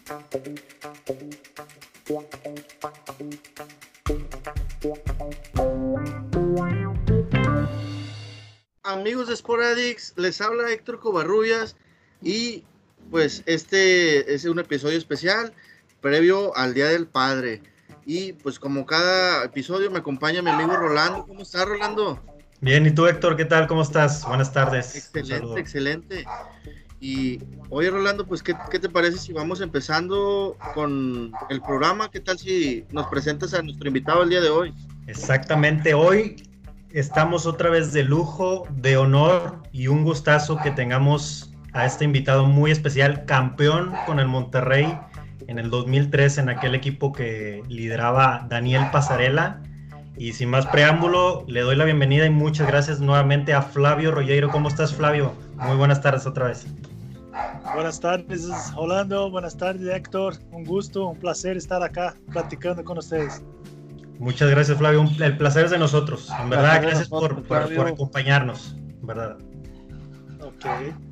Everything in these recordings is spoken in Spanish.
Amigos de Sport Addicts, les habla Héctor Covarrubias y pues este es un episodio especial previo al Día del Padre. Y pues como cada episodio me acompaña mi amigo Rolando. ¿Cómo estás, Rolando? Bien, ¿y tú, Héctor? ¿Qué tal? ¿Cómo estás? Buenas tardes. Excelente, excelente. Y oye, Rolando, pues ¿qué te parece si vamos empezando con el programa? ¿Qué tal si nos presentas a nuestro invitado el día de hoy? Exactamente, hoy estamos otra vez de lujo, de honor y un gustazo que tengamos a este invitado muy especial, campeón con el Monterrey en el 2003 en aquel equipo que lideraba Daniel Passarella. Y sin más preámbulo, le doy la bienvenida y muchas gracias nuevamente a Flavio Royeiro. ¿Cómo estás, Flavio? Muy buenas tardes otra vez. Buenas tardes, Rolando. Buenas tardes, Héctor. Un gusto, un placer estar acá platicando con ustedes. Muchas gracias, Flavio. El placer es de nosotros. En verdad, gracias por acompañarnos. En verdad. Ok.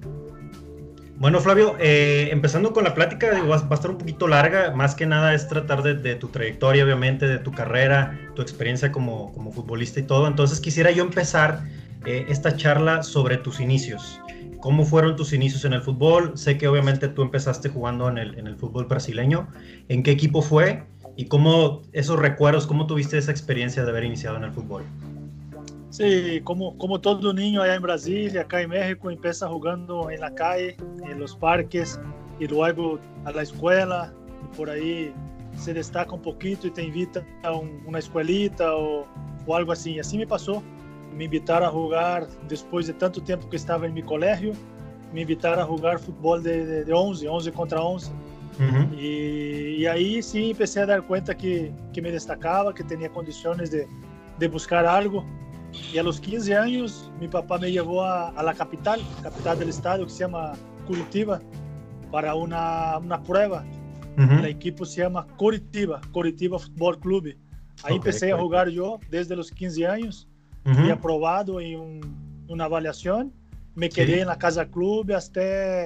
Bueno, Flavio, empezando con la plática, va a estar un poquito larga. Más que nada es tratar de tu trayectoria, obviamente, de tu carrera, tu experiencia como futbolista y todo. Entonces quisiera yo empezar esta charla sobre tus inicios. ¿Cómo fueron tus inicios en el fútbol? Sé que obviamente tú empezaste jugando en el fútbol brasileño. ¿En qué equipo fue? ¿Y cómo esos recuerdos, cómo tuviste esa experiencia de haber iniciado en el fútbol? Sí, como todo niño allá en Brasil, acá en México, empieza jugando en la calle, en los parques, y luego a la escuela, y por ahí se destaca un poquito y te invita a una escuelita o algo así. Así me pasó. Me invitaron a jugar, después de tanto tiempo que estaba en mi colegio, me invitaron a jugar fútbol de 11 contra 11. Uh-huh. Y ahí sí empecé a dar cuenta que me destacaba, que tenía condiciones de buscar algo. Y a los 15 años mi papá me llevó a la capital del estado, que se llama Curitiba, para una prueba. Uh-huh. El equipo se llama Curitiba Fútbol Clube. Ahí empecé a jugar yo desde los 15 años. Uh-huh. Y aprobado en una evaluación. Me quedé en la Casa Club hasta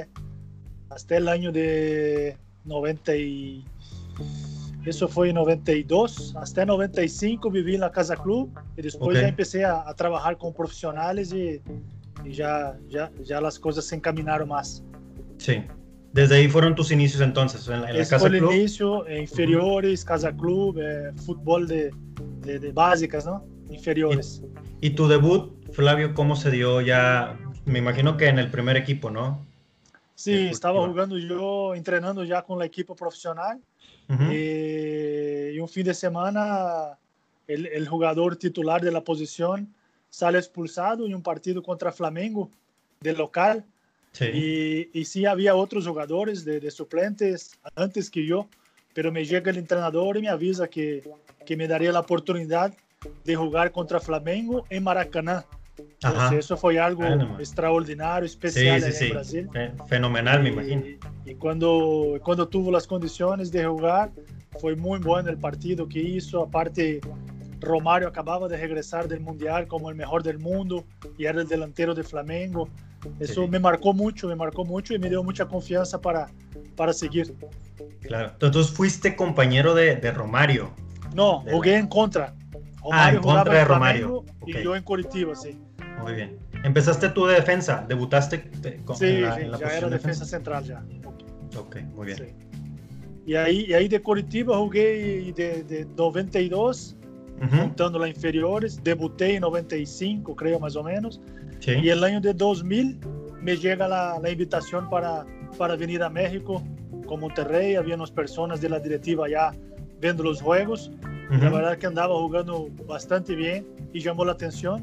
el año de 90 y... Eso fue en 92, hasta 95 viví en la Casa Club y después ya empecé a trabajar con profesionales y ya las cosas se encaminaron más. Sí, desde ahí fueron tus inicios entonces, en la Casa fue Club. Fue el inicio, inferiores, uh-huh. Casa Club, fútbol de básicas, ¿no? Inferiores. ¿Y tu debut, Flavio, cómo se dio ya? Me imagino que en el primer equipo, ¿no? Sí, estaba jugando yo, entrenando ya con la equipo profesional. Uh-huh. Y un fin de semana el jugador titular de la posición sale expulsado en un partido contra Flamengo de local. Sí. Y sí había otros jugadores de suplentes antes que yo, pero me llega el entrenador y me avisa que me daría la oportunidad de jugar contra Flamengo en Maracaná. Entonces, eso fue algo extraordinario, especial en Brasil. Fenomenal, me imagino. Y cuando tuvo las condiciones de jugar, fue muy bueno el partido que hizo. Aparte, Romário acababa de regresar del Mundial como el mejor del mundo y era el delantero de Flamengo. Eso me marcó mucho y me dio mucha confianza para seguir. Claro. Entonces, ¿fuiste compañero de Romário? No, jugué en contra. En contra de Romário. Y yo en Curitiba, sí. Muy bien. ¿Empezaste tú de defensa? ¿Debutaste en la ya era defensa central ya. Ok, muy bien. Sí. Y ahí de Curitiba jugué de 92, uh-huh. Juntando las inferiores. Debuté en 95, creo, más o menos. Sí. Y el año de 2000 me llega la invitación para venir a México con Monterrey. Había unas personas de la directiva allá viendo los juegos. Uh-huh. La verdad que andaba jugando bastante bien y llamó la atención.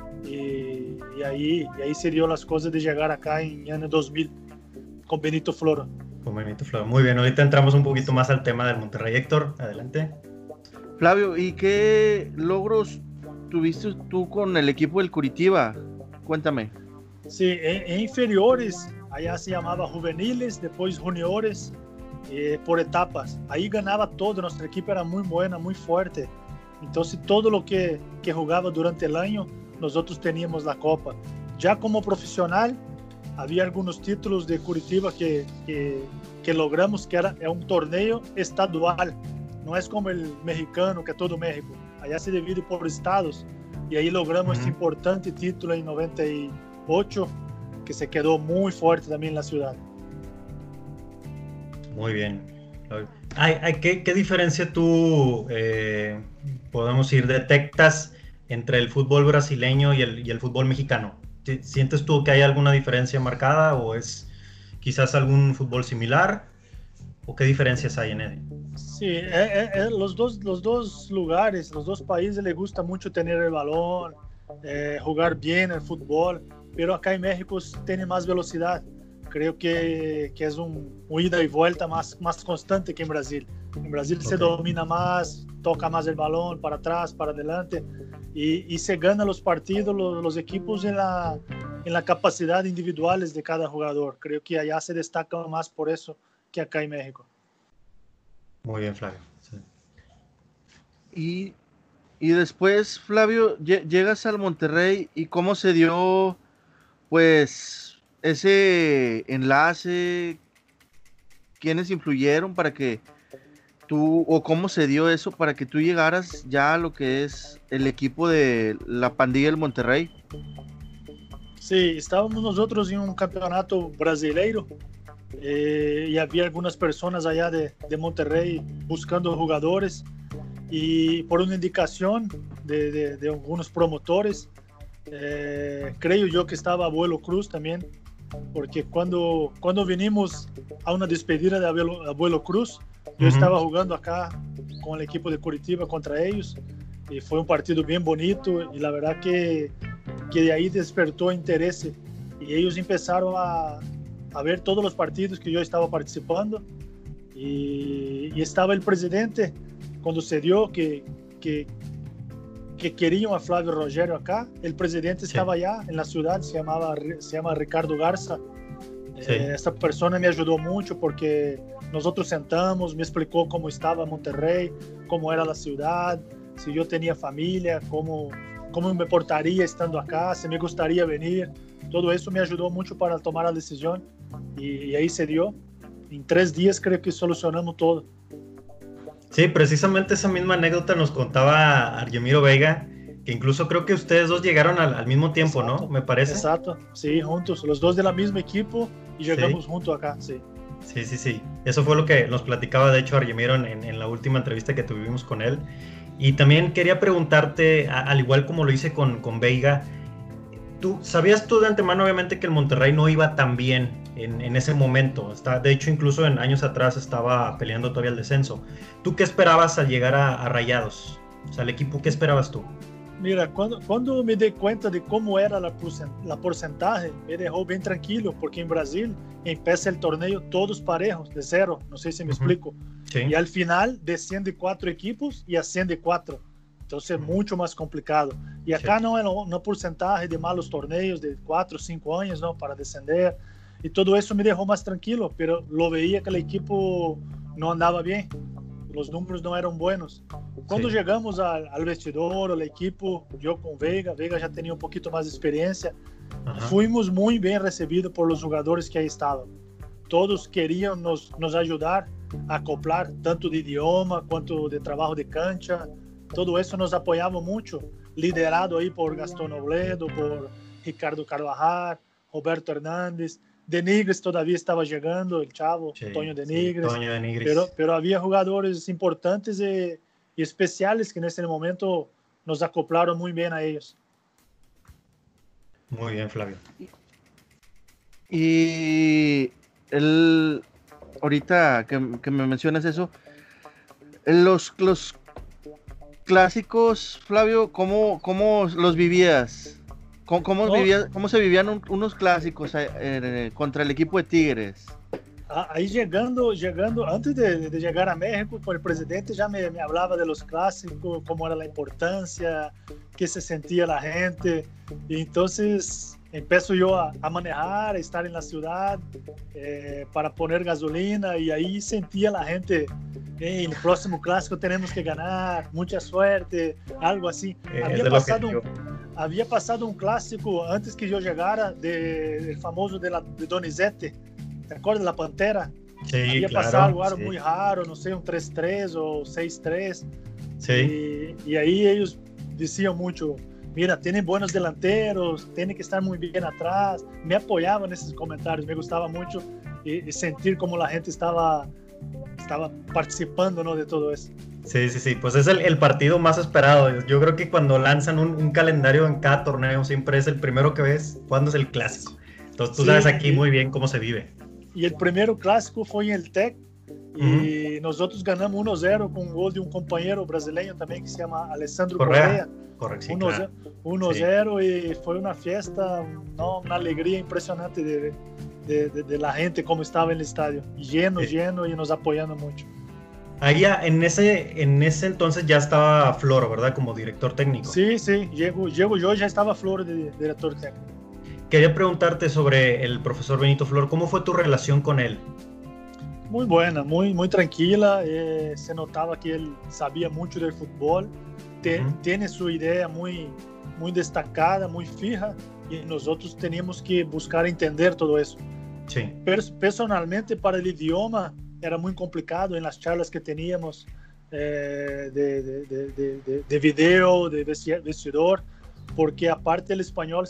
Y ahí se dio las cosas de llegar acá en año 2000 con Benito Floro. Con Benito Floro, muy bien. Ahorita entramos un poquito más al tema del Monterrey. Héctor, adelante. Flavio, ¿y qué logros tuviste tú con el equipo del Curitiba? Cuéntame. Sí, en inferiores, allá se llamaba juveniles, después juniores, por etapas. Ahí ganaba todo, nuestra equipo era muy buena, muy fuerte. Entonces todo lo que jugaba durante el año, nosotros teníamos la copa. Ya como profesional, había algunos títulos de Curitiba que logramos, que era un torneo estadual, no es como el mexicano, que es todo México, allá se divide por estados, y ahí logramos este importante título en 98, que se quedó muy fuerte también en la ciudad. Muy bien. ¿Qué diferencia tú, podemos ir, detectas entre el fútbol brasileño y el fútbol mexicano? ¿Sientes tú que hay alguna diferencia marcada o es quizás algún fútbol similar? ¿O qué diferencias hay en él? Sí, los dos lugares, los dos países les gusta mucho tener el balón, jugar bien el fútbol, pero acá en México tiene más velocidad. Creo que es un ida y vuelta más constante que en Brasil. En Brasil se domina más, toca más el balón para atrás, para adelante, y se gana los partidos, los equipos en la capacidad individuales de cada jugador. Creo que allá se destaca más por eso que acá en México. Muy bien, Flavio. Sí. Y después, Flavio, llegas al Monterrey, y cómo se dio, pues, ese enlace, quiénes influyeron para que tú, o cómo se dio eso para que tú llegaras ya a lo que es el equipo de la pandilla del Monterrey. Sí, estábamos nosotros en un campeonato brasileiro, y había algunas personas allá de Monterrey buscando jugadores, y por una indicación de algunos promotores, creo yo que estaba Abuelo Cruz también, porque cuando vinimos a una despedida de Abuelo Cruz, yo estaba jugando acá con el equipo de Curitiba contra ellos, y fue un partido bien bonito, y la verdad que de ahí despertó interés, y ellos empezaron a ver todos los partidos que yo estaba participando, y estaba el presidente cuando se dio que querían a Flávio Rogério acá. El presidente estaba allá en la ciudad, se llama Ricardo Garza. Sí. Esta persona me ayudó mucho porque nosotros sentamos, me explicó cómo estaba Monterrey, cómo era la ciudad, si yo tenía familia, cómo me portaría estando acá, si me gustaría venir. Todo eso me ayudó mucho para tomar la decisión, y ahí se dio. En 3 días creo que solucionamos todo. Sí, precisamente esa misma anécdota nos contaba Argemiro Veiga, que incluso creo que ustedes dos llegaron al mismo tiempo, exacto, ¿no? Me parece. Exacto, sí, juntos, los dos del mismo equipo, y llegamos juntos acá, sí. Sí. Eso fue lo que nos platicaba, de hecho, Argemiro en la última entrevista que tuvimos con él. Y también quería preguntarte, al igual como lo hice con Veiga, ¿sabías tú de antemano, obviamente, que el Monterrey no iba tan bien en ese momento? De hecho, incluso en años atrás estaba peleando todavía el descenso. ¿Tú qué esperabas al llegar a Rayados? O sea, el equipo, ¿qué esperabas tú? Mira, cuando me di cuenta de cómo era la porcentaje, me dejó bien tranquilo, porque en Brasil empieza el torneo todos parejos, de 0, no sé si me explico. Sí. Y al final desciende 4 equipos y asciende 4. Entonces es mucho más complicado. Y acá no hay un porcentaje de malos torneos de 4 o 5 años, ¿no?, para descender. Y todo eso me dejó más tranquilo, pero lo veía que el equipo no andaba bien. Los números no eran buenos. Cuando llegamos al vestidor, al equipo, yo con Veiga ya tenía un poquito más de experiencia. Fuimos muy bien recibidos por los jugadores que ahí estaban. Todos querían nos ayudar a acoplar, tanto de idioma quanto de trabajo de cancha. Todo eso nos apoyaba mucho, liderado ahí por Gastón Obledo, por Ricardo Carvajal, Roberto Hernández. De Nigres todavía estaba llegando, el chavo, Toño de Nigres. Toño de Nigres. Pero había jugadores importantes y especiales que en ese momento nos acoplaron muy bien a ellos. Muy bien, Flavio. Y ahorita que me mencionas eso, los clásicos, Flavio, ¿cómo los vivías? ¿Cómo se vivían unos clásicos contra el equipo de Tigres? Ahí llegando, antes de llegar a México, con el presidente ya me hablaba de los clásicos, cómo era la importancia, qué se sentía la gente. Y entonces empiezo yo a manejar, a estar en la ciudad para poner gasolina, y ahí sentía la gente, en el próximo clásico tenemos que ganar, mucha suerte, algo así. Havia passado um clássico antes que eu chegara, famoso de Donizete, ¿te acuerdas de la Pantera? Sí, Havia claro, passado algo sí. muito raro, não sei, 3-3 ou 6-3. Sí. E aí eles diziam muito, mira, tem bons delanteros, tem que estar muito bem atrás. Me apoiavam nesses comentários, me gostava muito e sentir como a gente estava participando, ¿no?, de todo eso. Sí, sí, sí, pues es el partido más esperado. Yo creo que cuando lanzan un calendario en cada torneo, siempre es el primero que ves cuando es el clásico. Entonces tú sabes aquí muy bien cómo se vive. E o primeiro clássico foi em El Tec, e nós outros ganhamos 1-0 com um gol de um companheiro brasileiro também que se chama Alessandro Correa. Correcto, sí, 1-0 e foi uma festa, uma alegria impressionante de la gente como estava no estádio, lleno e nos apoiando muito. Ahí en ese entonces ya estaba Floro, ¿verdad? Como director técnico. Sí, sí, llego yo, ya estaba Floro de director técnico. Quería preguntarte sobre el profesor Benito Floro, ¿cómo fue tu relación con él? Muy buena, muy tranquila, se notaba que él sabía mucho del fútbol, tiene su idea muy destacada, muy fija, y nosotros teníamos que buscar entender todo eso. Sí. Pero personalmente para el idioma era muy complicado en las charlas que teníamos de video, de vestidor, porque aparte el español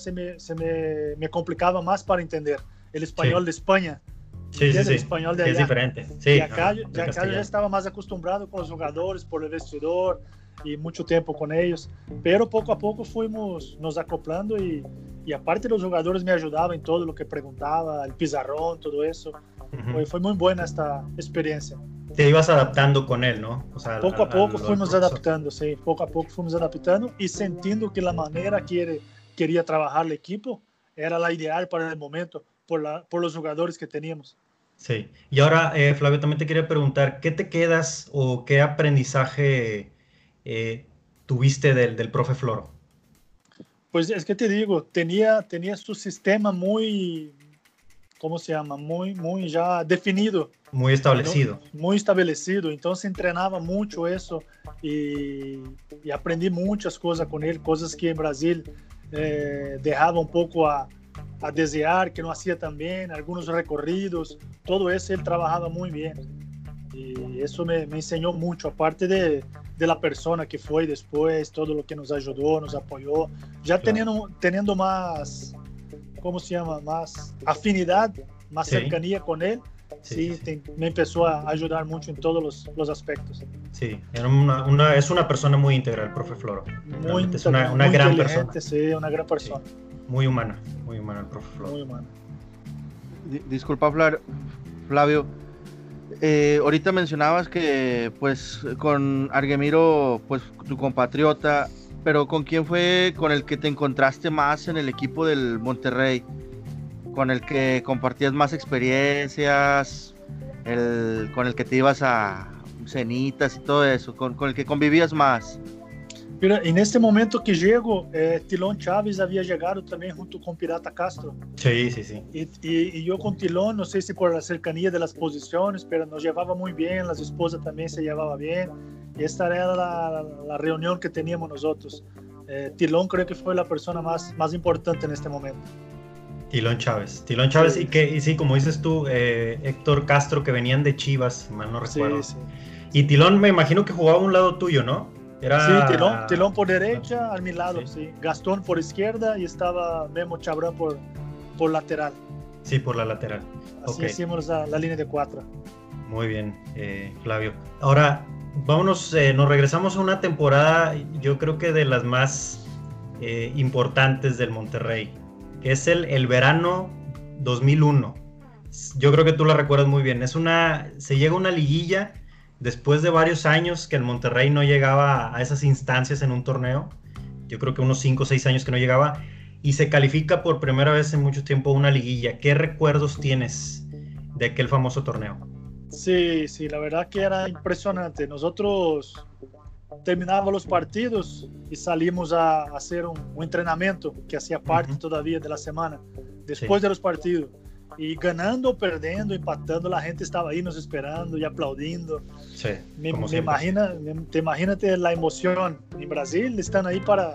me complicaba más para entender. El español de España. Sí. El español de allá. Es diferente. Sí, y acá yo ya estaba más acostumbrado con los jugadores, por el vestidor y mucho tiempo con ellos. Pero poco a poco fuimos nos acoplando y aparte los jugadores me ayudaban en todo lo que preguntaba, el pizarrón, todo eso. Fue muy buena esta experiencia. Te ibas adaptando con él, ¿no? O sea, poco a poco fuimos adaptando, sí. Poco a poco fuimos adaptando y sintiendo que la manera que quería trabajar el equipo era la ideal para el momento, por los jugadores que teníamos. Sí. Y ahora, Flavio, también te quería preguntar, ¿qué te quedas o qué aprendizaje tuviste del profe Floro? Pues es que te digo, tenía su sistema muy, ¿cómo se llama? Muy ya definido. Muy establecido. ¿No? Muy establecido. Entonces entrenaba mucho eso y aprendí muchas cosas con él, cosas que en Brasil dejaba un poco a desear, que no hacía tan bien, algunos recorridos, todo eso él trabajaba muy bien. Y eso me enseñó mucho, aparte de la persona que fue después, todo lo que nos ayudó, nos apoyó, ya claro. teniendo más, ¿cómo se llama? Más afinidad, más cercanía con él. Sí, me empezó a ayudar mucho en todos los aspectos. Sí, es una persona muy integral, el profe Floro. Es una muy gran persona. Sí, una gran persona. Sí. Muy humana el profe Floro. Muy humana. Disculpa, Flavio. Ahorita mencionabas que pues con Arguemiro, pues tu compatriota, pero ¿con quién fue con el que te encontraste más en el equipo del Monterrey? ¿Con el que compartías más experiencias? ¿Con el que te ibas a cenitas y todo eso? ¿Con el que convivías más? Mira, en este momento que llego, Tilón Chávez había llegado también junto con Pirata Castro. Sí. Y yo con Tilón, no sé si por la cercanía de las posiciones, pero nos llevaba muy bien, las esposas también se llevaba bien. Y esta era la reunión que teníamos nosotros. Tilón creo que fue la persona más importante en este momento. Tilón Chávez, sí. y sí, como dices tú, Héctor Castro, que venían de Chivas, mal no recuerdo. Sí. Y Tilón me imagino que jugaba a un lado tuyo, ¿no? Sí, Tilón por derecha, a mi lado, sí. Gastón por izquierda y estaba Memo Chabrán por lateral. Sí, por la lateral. Así hicimos la línea de 4. Muy bien, Flavio. Ahora, vámonos, nos regresamos a una temporada, yo creo que de las más importantes del Monterrey, que es el verano 2001. Yo creo que tú la recuerdas muy bien. Se llega a una liguilla después de varios años que el Monterrey no llegaba a esas instancias en un torneo. Yo creo que unos 5 o 6 años que no llegaba, y se califica por primera vez en mucho tiempo una liguilla. ¿Qué recuerdos tienes de aquel famoso torneo? Sí, la verdad que era impresionante. Nosotros terminábamos los partidos y salimos a hacer un entrenamiento que hacía parte todavía de la semana, después de los partidos. Y ganando, perdiendo, empatando, la gente estaba ahí nos esperando y aplaudiendo. Sí, te imagínate la emoción. En Brasil están ahí para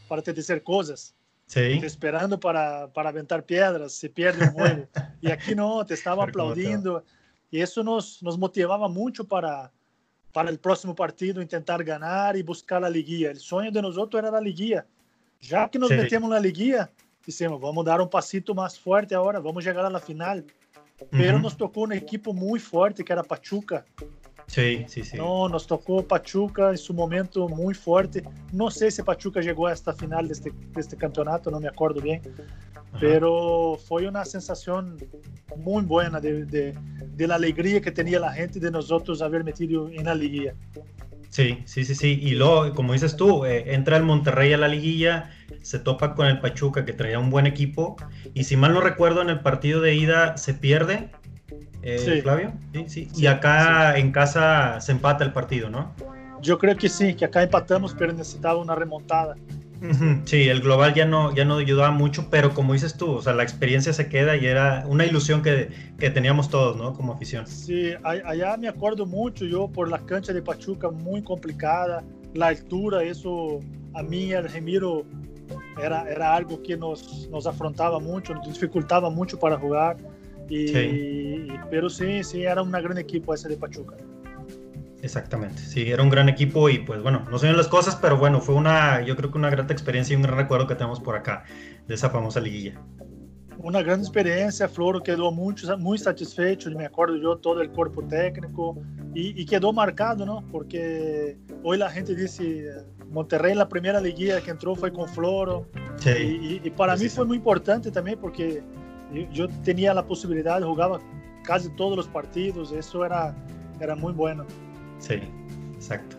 te decir cosas. Sí. Te esperando para aventar piedras, se pierde un juego. Y aquí no, te estaba aplaudiendo. Y eso nos motivaba mucho para el próximo partido, intentar ganar y buscar la liguilla. El sueño de nosotros era la liguilla. Ya que nos metemos en la liguilla, decimos, vamos a dar un pasito más fuerte ahora, vamos a llegar a la final. Pero nos tocó un equipo muy fuerte, que era Pachuca. Sí. No, nos tocó Pachuca en su momento muy fuerte. No sé si Pachuca llegó a esta final de este campeonato, no me acuerdo bien. Pero fue una sensación muy buena de la alegría que tenía la gente de nosotros haber metido en la liguilla. Sí. Y luego, como dices tú, entra el Monterrey a la liguilla, se topa con el Pachuca, que traía un buen equipo. Y si mal no recuerdo, en el partido de ida se pierde. Flavio, sí. Y acá en casa se empata el partido, ¿no? Yo creo que sí, que acá empatamos, pero necesitaba una remontada. Sí, el global ya no ayudaba mucho, pero como dices tú, o sea, la experiencia se queda y era una ilusión que teníamos todos, ¿no? Como afición. Sí, allá me acuerdo mucho, yo por la cancha de Pachuca muy complicada, la altura, eso a mí, al Remiro, era algo que nos afrontaba mucho, nos dificultaba mucho para jugar. Pero sí, era un gran equipo ese de Pachuca. Exactamente, sí, era un gran equipo y pues bueno, no se ven las cosas, pero bueno, fue yo creo que una grata experiencia y un gran recuerdo que tenemos por acá de esa famosa liguilla. Una gran experiencia, Floro quedó muy satisfecho, me acuerdo yo, todo el cuerpo técnico y quedó marcado, ¿no? Porque hoy la gente dice, Monterrey la primera liguilla que entró fue con Floro. Sí, y para mí fue muy importante también porque yo tenía la posibilidad, jugaba casi todos los partidos, eso era muy bueno. Sí, exacto.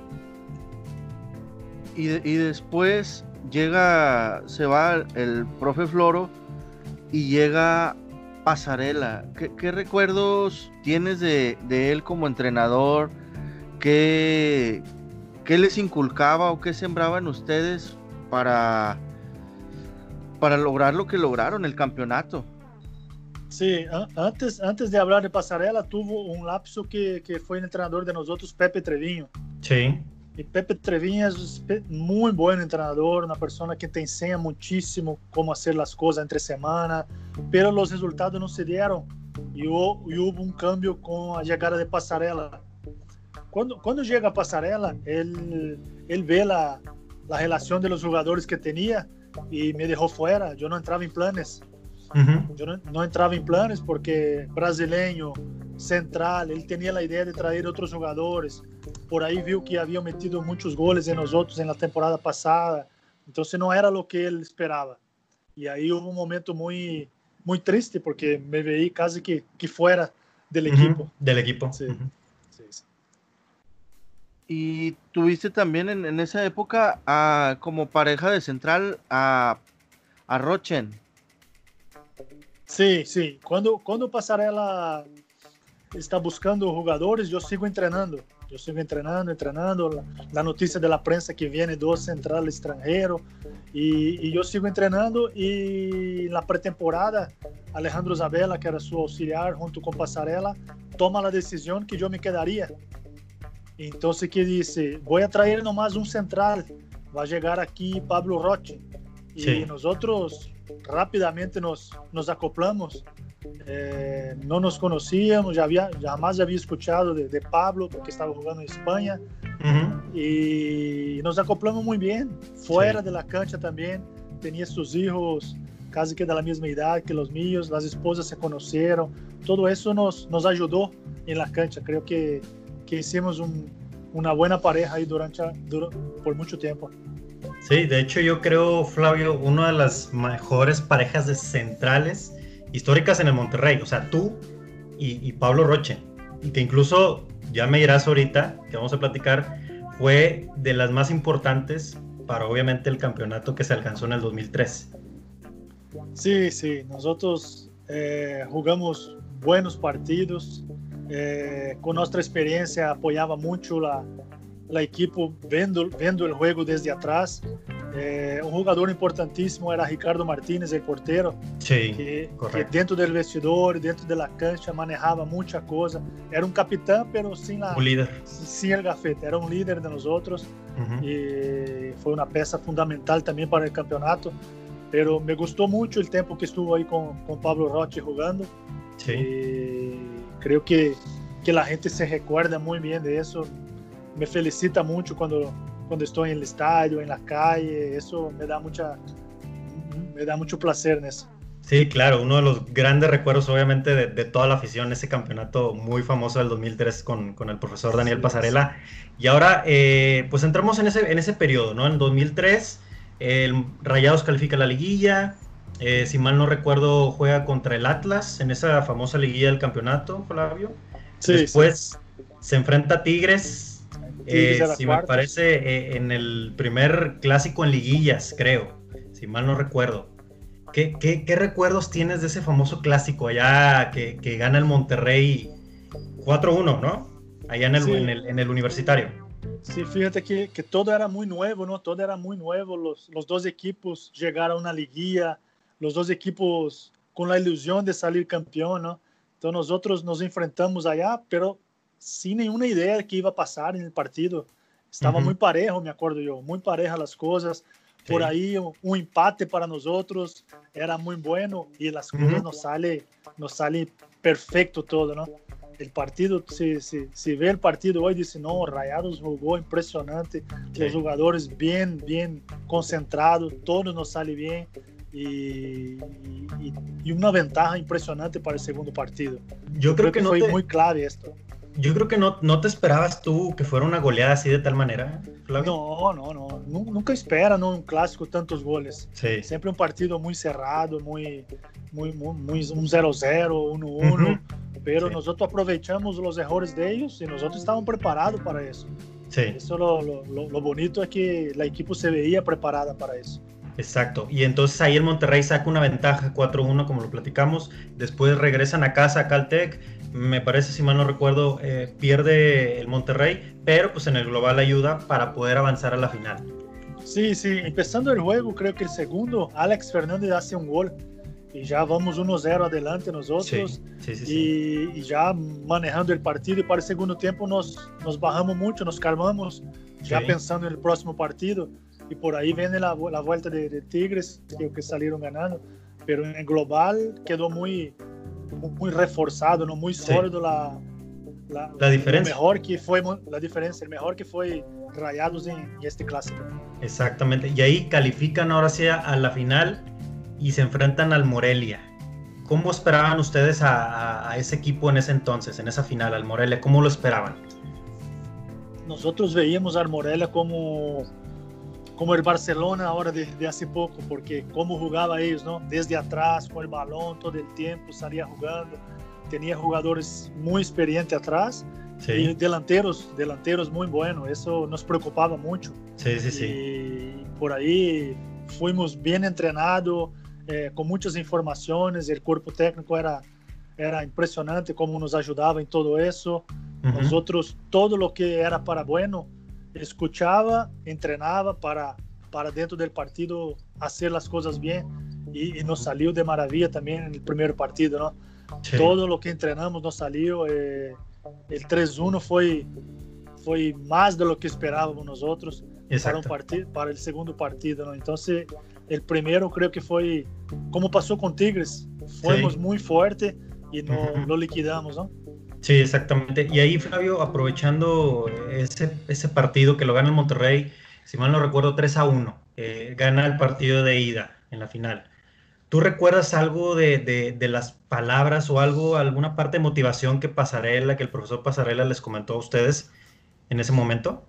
Y después se va el profe Floro y llega Pasarela. ¿Qué recuerdos tienes de él como entrenador? ¿Qué les inculcaba o qué sembraba en ustedes para lograr lo que lograron, el campeonato? Sí, antes de hablar de Pasarela, tuvo un lapso que fue el entrenador de nosotros, Pepe Treviño. Sí. Y Pepe Treviño es muy buen entrenador, una persona que te enseña muchísimo cómo hacer las cosas entre semana, pero los resultados no se dieron y hubo un cambio con la llegada de Pasarela. Cuando llega Pasarela, él ve la relación de los jugadores que tenía y me dejó fuera. Yo no entraba en planes. Yo no entraba en planes porque brasileño, central, él tenía la idea de traer otros jugadores. Por ahí vio que había metido muchos goles en nosotros en la temporada pasada. Entonces no era lo que él esperaba. Y ahí hubo un momento muy, muy triste porque me veí casi que fuera del equipo. Del equipo. Sí. Sí. Y tuviste también en esa época como pareja de central a Rochen. Sí. Cuando Pasarela está buscando jugadores, yo sigo entrenando. La noticia de la prensa que viene dos centrales extranjeros y yo sigo entrenando y en la pretemporada Alejandro Zabella, que era su auxiliar junto con Pasarela, toma la decisión que yo me quedaría. Entonces que dice, voy a traer nomás un central, va a llegar aquí Pablo Roche. Y nosotros rápidamente nos acoplamos. No nos conocíamos, jamás había escuchado de Pablo porque estaba jugando en España. Y nos acoplamos muy bien. Fuera de la cancha también, tenía sus hijos casi que de la misma edad que los míos, las esposas se conocieron. Todo eso nos ayudó en la cancha. Creo que hicimos una buena pareja ahí por mucho tiempo. Sí, de hecho yo creo, Flavio, una de las mejores parejas de centrales históricas en el Monterrey, o sea, tú y Pablo Roche, y que incluso, ya me dirás ahorita, que vamos a platicar, fue de las más importantes para obviamente el campeonato que se alcanzó en el 2003. Sí, nosotros jugamos buenos partidos, con nuestra experiencia apoyaba mucho la equipo viendo el juego desde atrás Un jugador importantísimo era Ricardo Martínez, el portero, Sí, que correcto. dentro del vestidor, dentro de la cancha, manejaba mucha cosa. Era un capitán, pero Un líder. sin el gafete. Era un líder de nosotros Ujú. y fue una pieza fundamental también para el campeonato. Pero me gustó mucho el tiempo que estuvo ahí con Pablo Roche jugando. Sí. Y creo que la gente se recuerda muy bien de eso. Me felicita mucho cuando estoy en el estadio, en la calle. Eso me da mucho placer en eso. Sí, claro, uno de los grandes recuerdos obviamente de toda la afición, ese campeonato muy famoso del 2003 con el profesor Daniel Sí, Pasarela. Y ahora, pues entramos en ese periodo, ¿no? En 2003, el Rayados califica la liguilla, si mal no recuerdo, juega contra el Atlas en esa famosa liguilla del campeonato, Flavio. Sí, Después se enfrenta a Tigres, Tigres a la si me cuartos. parece, en el primer clásico en liguillas, creo, si mal no recuerdo. ¿Qué recuerdos tienes de ese famoso clásico allá que gana el Monterrey 4-1, ¿no? Allá en Sí. el Universitario. Sí, fíjate que todo era muy nuevo, ¿no? Todo era muy nuevo. Los dos equipos llegaron a una liguilla, los dos equipos con la ilusión de salir campeón, ¿no? Entonces nosotros nos enfrentamos allá, pero sin ninguna idea de qué iba a pasar en el partido. Estaba Ujú. muy parejo, me acuerdo yo, muy pareja las cosas. Por Sí. ahí un empate para nosotros era muy bueno y las cosas Ujú. nos sale perfecto todo, ¿no? El partido, si ve el partido hoy, dice, no, Rayados jugó impresionante, Sí. los jugadores bien concentrados, todo nos sale bien y una ventaja impresionante para el segundo partido. Yo creo que fue muy clave esto. Yo creo que no te esperabas tú que fuera una goleada así de tal manera, Flavio. No, nunca espera, ¿no? Un clásico tantos goles. Sí. Siempre un partido muy cerrado, muy un 0-0, 1-1, Ujú. pero Sí. nosotros aprovechamos los errores de ellos y nosotros estábamos preparados para eso. Sí, Eso lo bonito es que la equipo se veía preparada para eso. exacto. Y entonces ahí el Monterrey saca una ventaja 4-1, como lo platicamos. Después regresan a casa a Caltech. Me parece, si mal no recuerdo, pierde el Monterrey, pero pues en el global ayuda para poder avanzar a la final. Sí, empezando el juego, creo que el segundo, Alex Fernández hace un gol y ya vamos 1-0 adelante nosotros. Sí. Y ya manejando el partido, y para el segundo tiempo nos bajamos mucho, nos calmamos, ya Sí. pensando en el próximo partido, y por ahí viene la vuelta de Tigres, que salieron ganando, pero en el global quedó muy reforzado, ¿no? Muy sólido la diferencia. La diferencia, el mejor que fue Rayados en este clásico. Exactamente. Y ahí califican ahora sí a la final y se enfrentan al Morelia. ¿Cómo esperaban ustedes a ese equipo en ese entonces, en esa final, al Morelia? ¿Cómo lo esperaban? Nosotros veíamos al Morelia como el Barcelona ahora de hace poco, porque cómo jugaba ellos, ¿no? Desde atrás, con el balón todo el tiempo, salía jugando, tenía jugadores muy experientes atrás, Sí. y delanteros muy buenos, eso nos preocupaba mucho. Sí. Y por ahí fuimos bien entrenados, con muchas informaciones, el cuerpo técnico era impresionante cómo nos ayudaba en todo eso. Uh-huh. Nosotros, todo lo que era para bueno, escuchaba, entrenaba para dentro del partido hacer las cosas bien, y nos salió de maravilla también en el primer partido, ¿no? Sí. Todo lo que entrenamos nos salió, el 3-1 fue más de lo que esperábamos nosotros para el segundo partido, ¿no? Entonces, el primero creo que fue como pasó con Tigres, fuimos muy fuerte y lo liquidamos, ¿no? Sí, exactamente. Y ahí, Flavio, aprovechando ese partido que lo gana el Monterrey, si mal no recuerdo, 3-1, gana el partido de ida en la final. ¿Tú recuerdas algo de las palabras o alguna parte de motivación que el profesor Pasarela les comentó a ustedes en ese momento?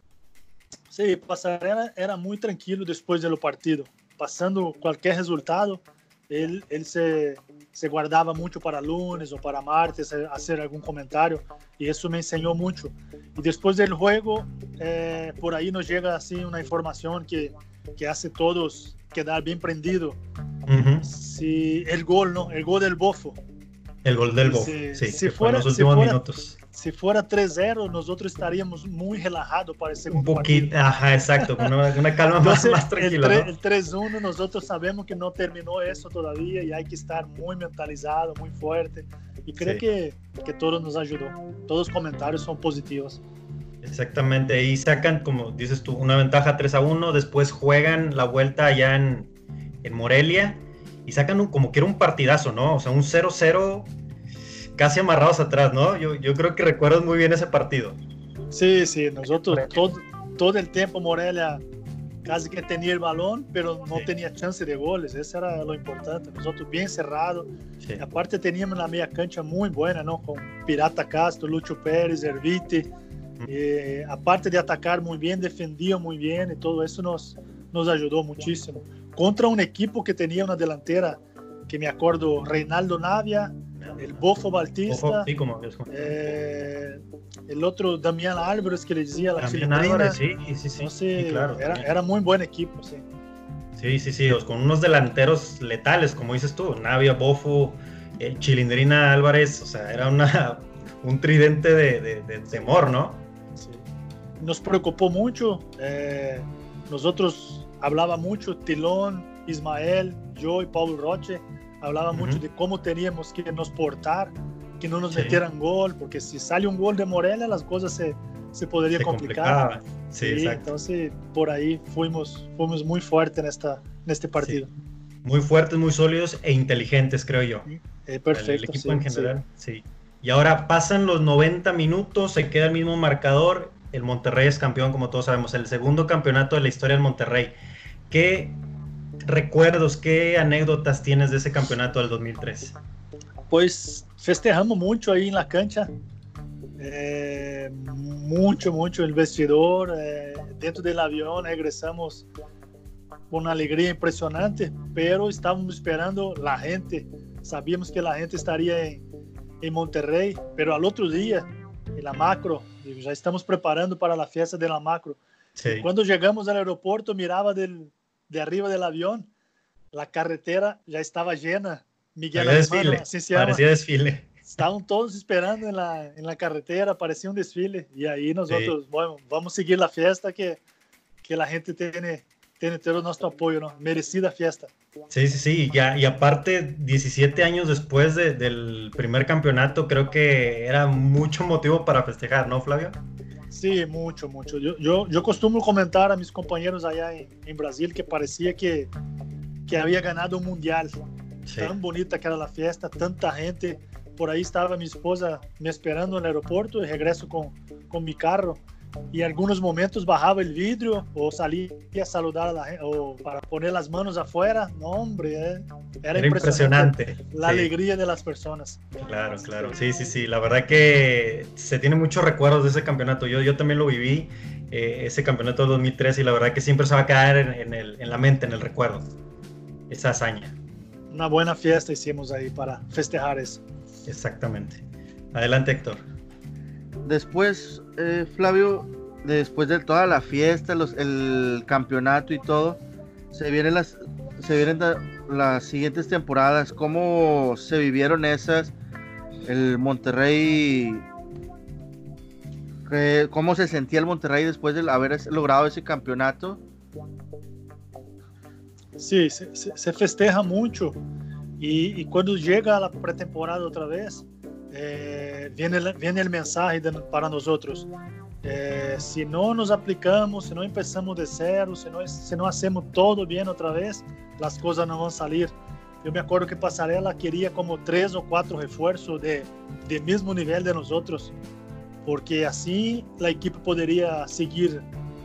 Sí, Pasarela era muy tranquilo después del partido. Pasando cualquier resultado, él se guardaba mucho para lunes o para martes hacer algún comentario, y eso me enseñó mucho. Y después del juego, por ahí nos llega así una información que hace todos quedar bien prendido. Uh-huh. Si el gol del Bofo. El gol del Bofo, sí, que fue en los últimos minutos. si fuera 3-0, nosotros estaríamos muy relajados para el segundo un poquito, partido. Ajá, exacto, una calma Entonces, más tranquila. El 3-1, nosotros sabemos que no terminó eso todavía y hay que estar muy mentalizado, muy fuerte. Y creo que todo nos ayudó. Todos los comentarios son positivos. Exactamente, ahí sacan, como dices tú, una ventaja 3-1, después juegan la vuelta allá en Morelia y sacan como que era un partidazo, ¿no? O sea, un 0-0 casi amarrados atrás, ¿no? Yo creo que recuerdas muy bien ese partido. Sí, nosotros todo el tiempo Morelia casi que tenía el balón, pero no tenía chance de goles, eso era lo importante. Nosotros bien cerrados, aparte teníamos la media cancha muy buena, ¿no? Con Pirata Castro, Lucho Pérez, Erviti, aparte de atacar muy bien, defendía muy bien y todo eso nos ayudó muchísimo. Contra un equipo que tenía una delantera, que me acuerdo, Reinaldo Navia, el Bofo Bautista, sí, el otro Damián Álvarez, que le decía la Damián Álvarez, sí. Entonces, sí, claro, era muy buen equipo, sí. Sí, con unos delanteros letales, como dices tú, Navia, Bofo, Chilindrina Álvarez, o sea, era un tridente de temor, ¿no? Sí. Nos preocupó mucho, nosotros hablaba mucho, Tilón, Ismael, yo y Paulo Roche, hablaba mucho de cómo teníamos que nos portar, que no nos metieran gol, porque si sale un gol de Morelia, las cosas se podrían complicar. Sí, exacto. Entonces, por ahí fuimos muy fuertes en este partido. Sí. Muy fuertes, muy sólidos e inteligentes, creo yo. Perfecto. El equipo en general, sí. Y ahora pasan los 90 minutos, se queda el mismo marcador, el Monterrey es campeón, como todos sabemos, el segundo campeonato de la historia del Monterrey. ¿Qué recuerdos, qué anécdotas tienes de ese campeonato del 2003? Pues festejamos mucho ahí en la cancha, mucho el vestidor, dentro del avión regresamos con una alegría impresionante, pero estábamos esperando la gente, sabíamos que la gente estaría en Monterrey, pero al otro día, en la Macro, ya estamos preparando para la fiesta de la Macro. Sí. Cuando llegamos al aeropuerto, miraba de arriba del avión, la carretera ya estaba llena. Miguel Alemán, así se llama. Parecía desfile. Estaban todos esperando en la carretera, parecía un desfile. Y ahí nosotros, bueno, vamos a seguir la fiesta que la gente tiene todo nuestro apoyo, ¿no? Merecida fiesta. Sí. Y aparte, 17 años después del primer campeonato, creo que era mucho motivo para festejar, ¿no, Flavio? Sí, mucho. Yo costumo comentar a mis compañeros allá en Brasil que parecía que había ganado un mundial. Sí. Tan bonita que era la fiesta, tanta gente. Por ahí estaba mi esposa me esperando en el aeropuerto y regreso con mi carro. Y en algunos momentos bajaba el vidrio o salía a saludar a la gente o para poner las manos afuera. No, hombre, era impresionante. La alegría de las personas. Claro. Sí. La verdad que se tiene muchos recuerdos de ese campeonato. Yo también lo viví, ese campeonato de 2003, y la verdad que siempre se va a quedar en la mente, en el recuerdo, esa hazaña. Una buena fiesta hicimos ahí para festejar eso. Exactamente. Adelante, Héctor. Después, Flavio, después de toda la fiesta, el campeonato y todo, se vienen las siguientes temporadas. ¿Cómo se vivieron esas? El Monterrey, ¿cómo se sentía el Monterrey después de haber logrado ese campeonato? Sí, se festeja mucho y cuando llega a la pretemporada otra vez, viene el mensaje para nosotros. Si no nos aplicamos, si no empezamos de cero, si no hacemos todo bien otra vez, las cosas no van a salir. Yo me acuerdo que Pasarela quería como 3 o 4 refuerzos de mismo nivel de nosotros, porque así la equipo podría seguir,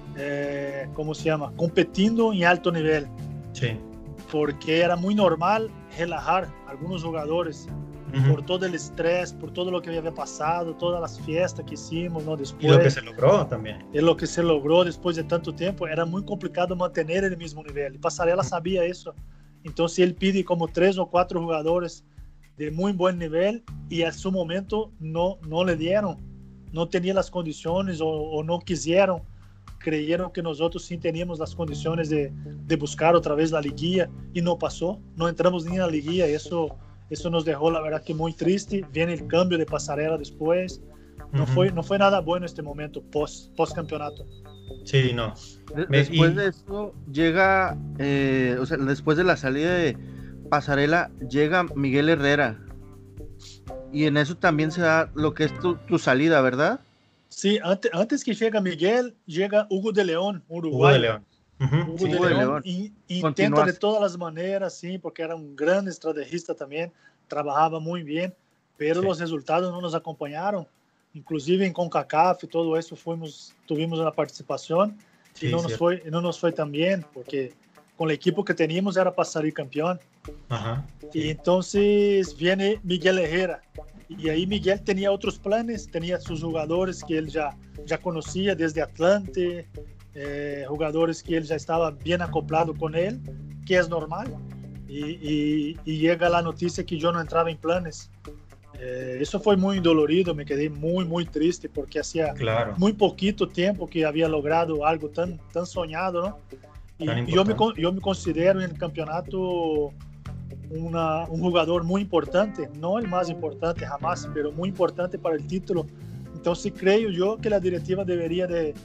competiendo en alto nivel. Sí. Porque era muy normal relajar a algunos jugadores por todo el estrés, por todo lo que había pasado, todas las fiestas que hicimos, ¿no? Después, y lo que se logró también. Es lo que se logró después de tanto tiempo. Era muy complicado mantener el mismo nivel. Y Pasarela sabía eso. Entonces él pide como 3 o 4 jugadores de muy buen nivel y a su momento no le dieron. No tenían las condiciones o no quisieron. Creyeron que nosotros sí teníamos las condiciones de buscar otra vez la liguilla y no pasó, no entramos ni en la liguilla. Eso nos dejó la verdad que muy triste. Viene el cambio de Pasarela después, no fue nada bueno este momento post campeonato. Sí, no. Después de eso llega, o sea, después de la salida de Pasarela, llega Miguel Herrera. Y en eso también se da lo que es tu salida, ¿verdad? Sí, antes que llega Miguel, llega Hugo de León, Uruguay. Hugo de León. Hugo de León. Intenta de todas las maneras, sí, porque era un gran estrategista también, trabajaba muy bien, pero los resultados no nos acompañaron. Inclusive en CONCACAF y todo eso tuvimos una participación y no nos fue tan bien, porque con el equipo que teníamos era para salir campeón. Y entonces viene Miguel Herrera, y ahí Miguel tenía otros planes, tenía sus jugadores que él ya conocía desde Atlante, jugadores que él ya estaba bien acoplado con él, que es normal, y llega la noticia que yo no entraba en planes. Eso fue muy dolorido, me quedé muy, muy triste, porque hacía muy poquito tiempo que había logrado algo tan soñado, ¿no? Y yo me considero en el campeonato un jugador muy importante, no el más importante jamás, pero muy importante para el título. Entonces creo yo que la directiva debería de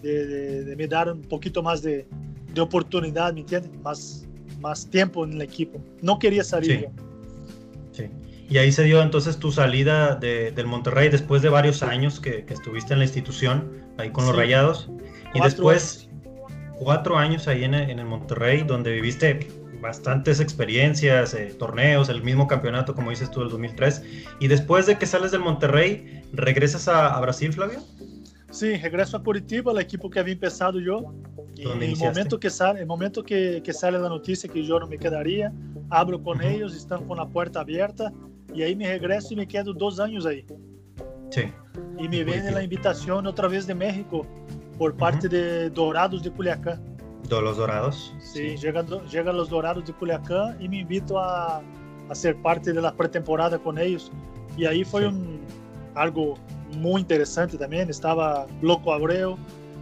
me dar un poquito más de oportunidad, ¿me entiendes? Más tiempo en el equipo. No quería salir yo. Sí. Y ahí se dio entonces tu salida del Monterrey después de varios años que estuviste en la institución, ahí con los Rayados. Y después 4 años ahí en el Monterrey, donde viviste bastantes experiencias, torneos, el mismo campeonato, como dices tú, del 2003. Y después de que sales del Monterrey, ¿regresas a Brasil, Flavio? Sí, regreso a Curitiba, el equipo que había empezado yo. Y en el momento que sale la noticia que yo no me quedaría, abro con ellos, están con la puerta abierta, y ahí me regreso y me quedo 2 años ahí. Sí. Y me viene la invitación otra vez de México por parte de Dorados de Culiacán. De los Dorados. Sí, llegan los Dorados de Culiacán y me invito a ser parte de la pretemporada con ellos. Y ahí fue algo muy interesante también. Estaba Loco Abreu,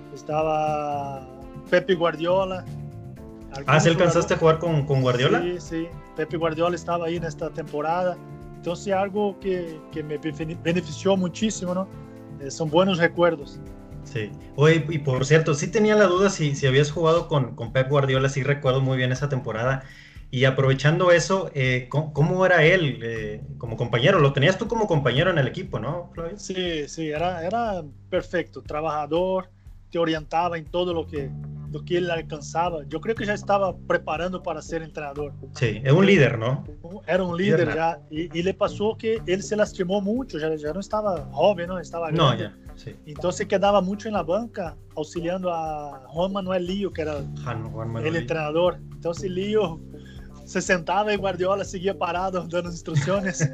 estaba Pepe Guardiola. ¿Sí alcanzaste a jugar con Guardiola? Sí. Pepe Guardiola estaba ahí en esta temporada. Entonces algo que me benefició muchísimo, ¿no? Son buenos recuerdos. Sí. Oye, y por cierto, sí tenía la duda si habías jugado con Pep Guardiola, sí recuerdo muy bien esa temporada. Y aprovechando eso, ¿cómo era él como compañero? Lo tenías tú como compañero en el equipo, ¿no, Flavio? Sí, era perfecto, trabajador, te orientaba en todo lo que él alcanzaba. Yo creo que ya estaba preparando para ser entrenador. Sí, es un líder, ¿no? Era un líder ya, y le pasó que él se lastimó mucho, ya no estaba joven, ¿no? Estaba grande. No, ya. Sí. Entonces quedaba mucho en la banca auxiliando a Juan Manuel Lío, que era el entrenador. Entonces Lío se sentaba y Guardiola seguía parado dando instrucciones.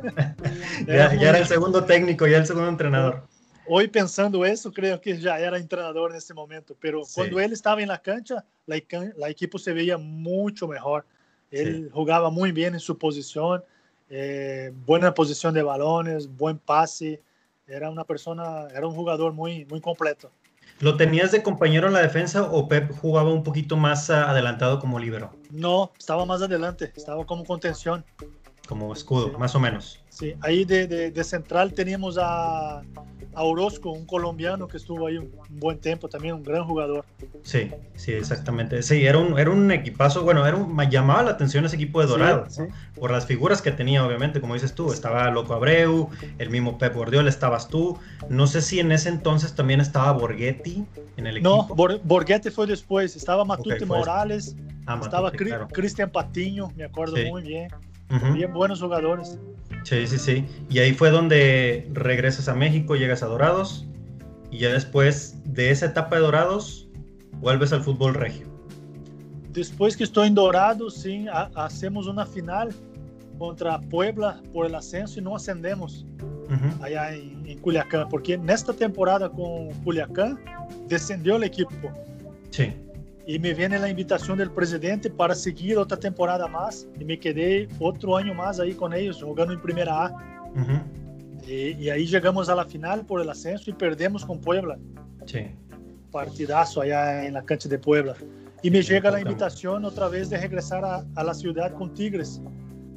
ya era el segundo técnico, ya el segundo entrenador. Hoy pensando eso, creo que ya era entrenador en ese momento, pero cuando él estaba en la cancha, la equipo se veía mucho mejor. Él jugaba muy bien en su posición, buena posición de balones, buen pase. Era un jugador muy, muy completo. ¿Lo tenías de compañero en la defensa o Pep jugaba un poquito más adelantado como líbero? No, estaba más adelante, estaba como contención. Como escudo, más o menos. Sí, ahí de central teníamos a Orozco, un colombiano que estuvo ahí un buen tiempo, también un gran jugador. Sí, exactamente. Sí, era un equipazo, bueno, llamaba la atención ese equipo de Dorados, ¿no? Por las figuras que tenía, obviamente, como dices tú, estaba Loco Abreu, el mismo Pep Guardiola, estabas tú. No sé si en ese entonces también estaba Borghetti en el equipo. No, Borghetti fue después, estaba Matute Morales, estaba claro. Cristian Patiño, me acuerdo muy bien. Bien buenos jugadores. Sí. Y ahí fue donde regresas a México, llegas a Dorados, y ya después de esa etapa de Dorados, vuelves al fútbol regio. Después que estoy en Dorados, sí, hacemos una final contra Puebla por el ascenso y no ascendemos allá en Culiacán, porque en esta temporada con Culiacán descendió el equipo. Sí. Y me viene la invitación del presidente para seguir otra temporada más y me quedé otro año más ahí con ellos jugando en Primera A. Y ahí llegamos a la final por el ascenso y perdemos con Puebla. Sí. Partidazo allá en la cancha de Puebla. Y me llega la invitación otra vez de regresar a la ciudad con Tigres.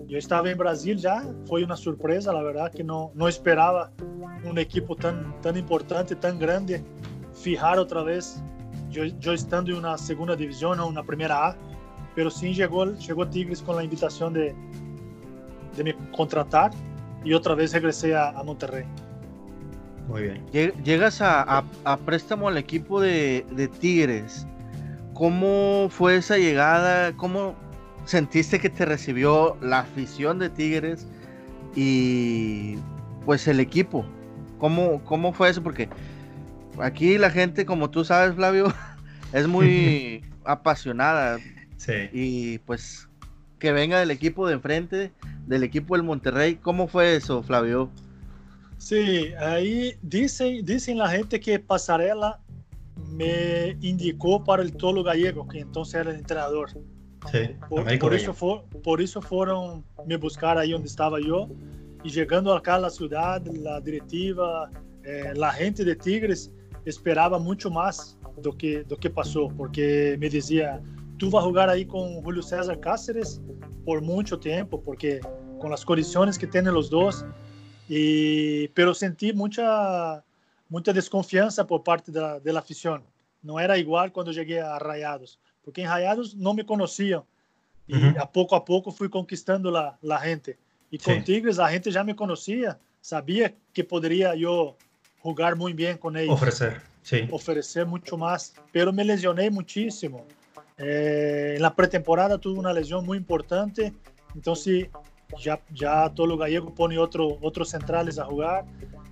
yo estaba en Brasil ya, fue una sorpresa, la verdad que no esperaba un equipo tan importante, tan grande, fijar otra vez, yo estando en una segunda división o una primera A, pero sí llegó Tigres con la invitación de me contratar y otra vez regresé a Monterrey. Muy bien. Llegas a préstamo al equipo de Tigres. ¿Cómo fue esa llegada? ¿Cómo sentiste que te recibió la afición de Tigres y pues el equipo? ¿Cómo fue eso? Porque aquí la gente, como tú sabes, Flavio, es muy apasionada. Sí. Y pues que venga del equipo de enfrente, del equipo del Monterrey. ¿Cómo fue eso, Flavio? Sí, ahí dicen la gente que Passarella me indicó para el Tolo Gallego, que entonces era el entrenador. Sí, por eso fueron me buscar ahí donde estaba yo, y llegando acá a la ciudad, la directiva, la gente de Tigres esperaba mucho más do que pasó, porque me decía, tú vas a jugar ahí con Julio César Cáceres por mucho tiempo, porque con las condiciones que tienen los dos, pero sentí mucha desconfianza por parte de la afición. No era igual cuando llegué a Rayados, porque en Rayados no me conocían, y a poco fui conquistando la gente. Y con Tigres la gente ya me conocía, sabía que podría yo jugar muy bien con ellos. Ofrecer mucho más, pero me lesioné muchísimo. En la pretemporada tuve una lesión muy importante, entonces ya Tolo Gallego pone otros centrales a jugar.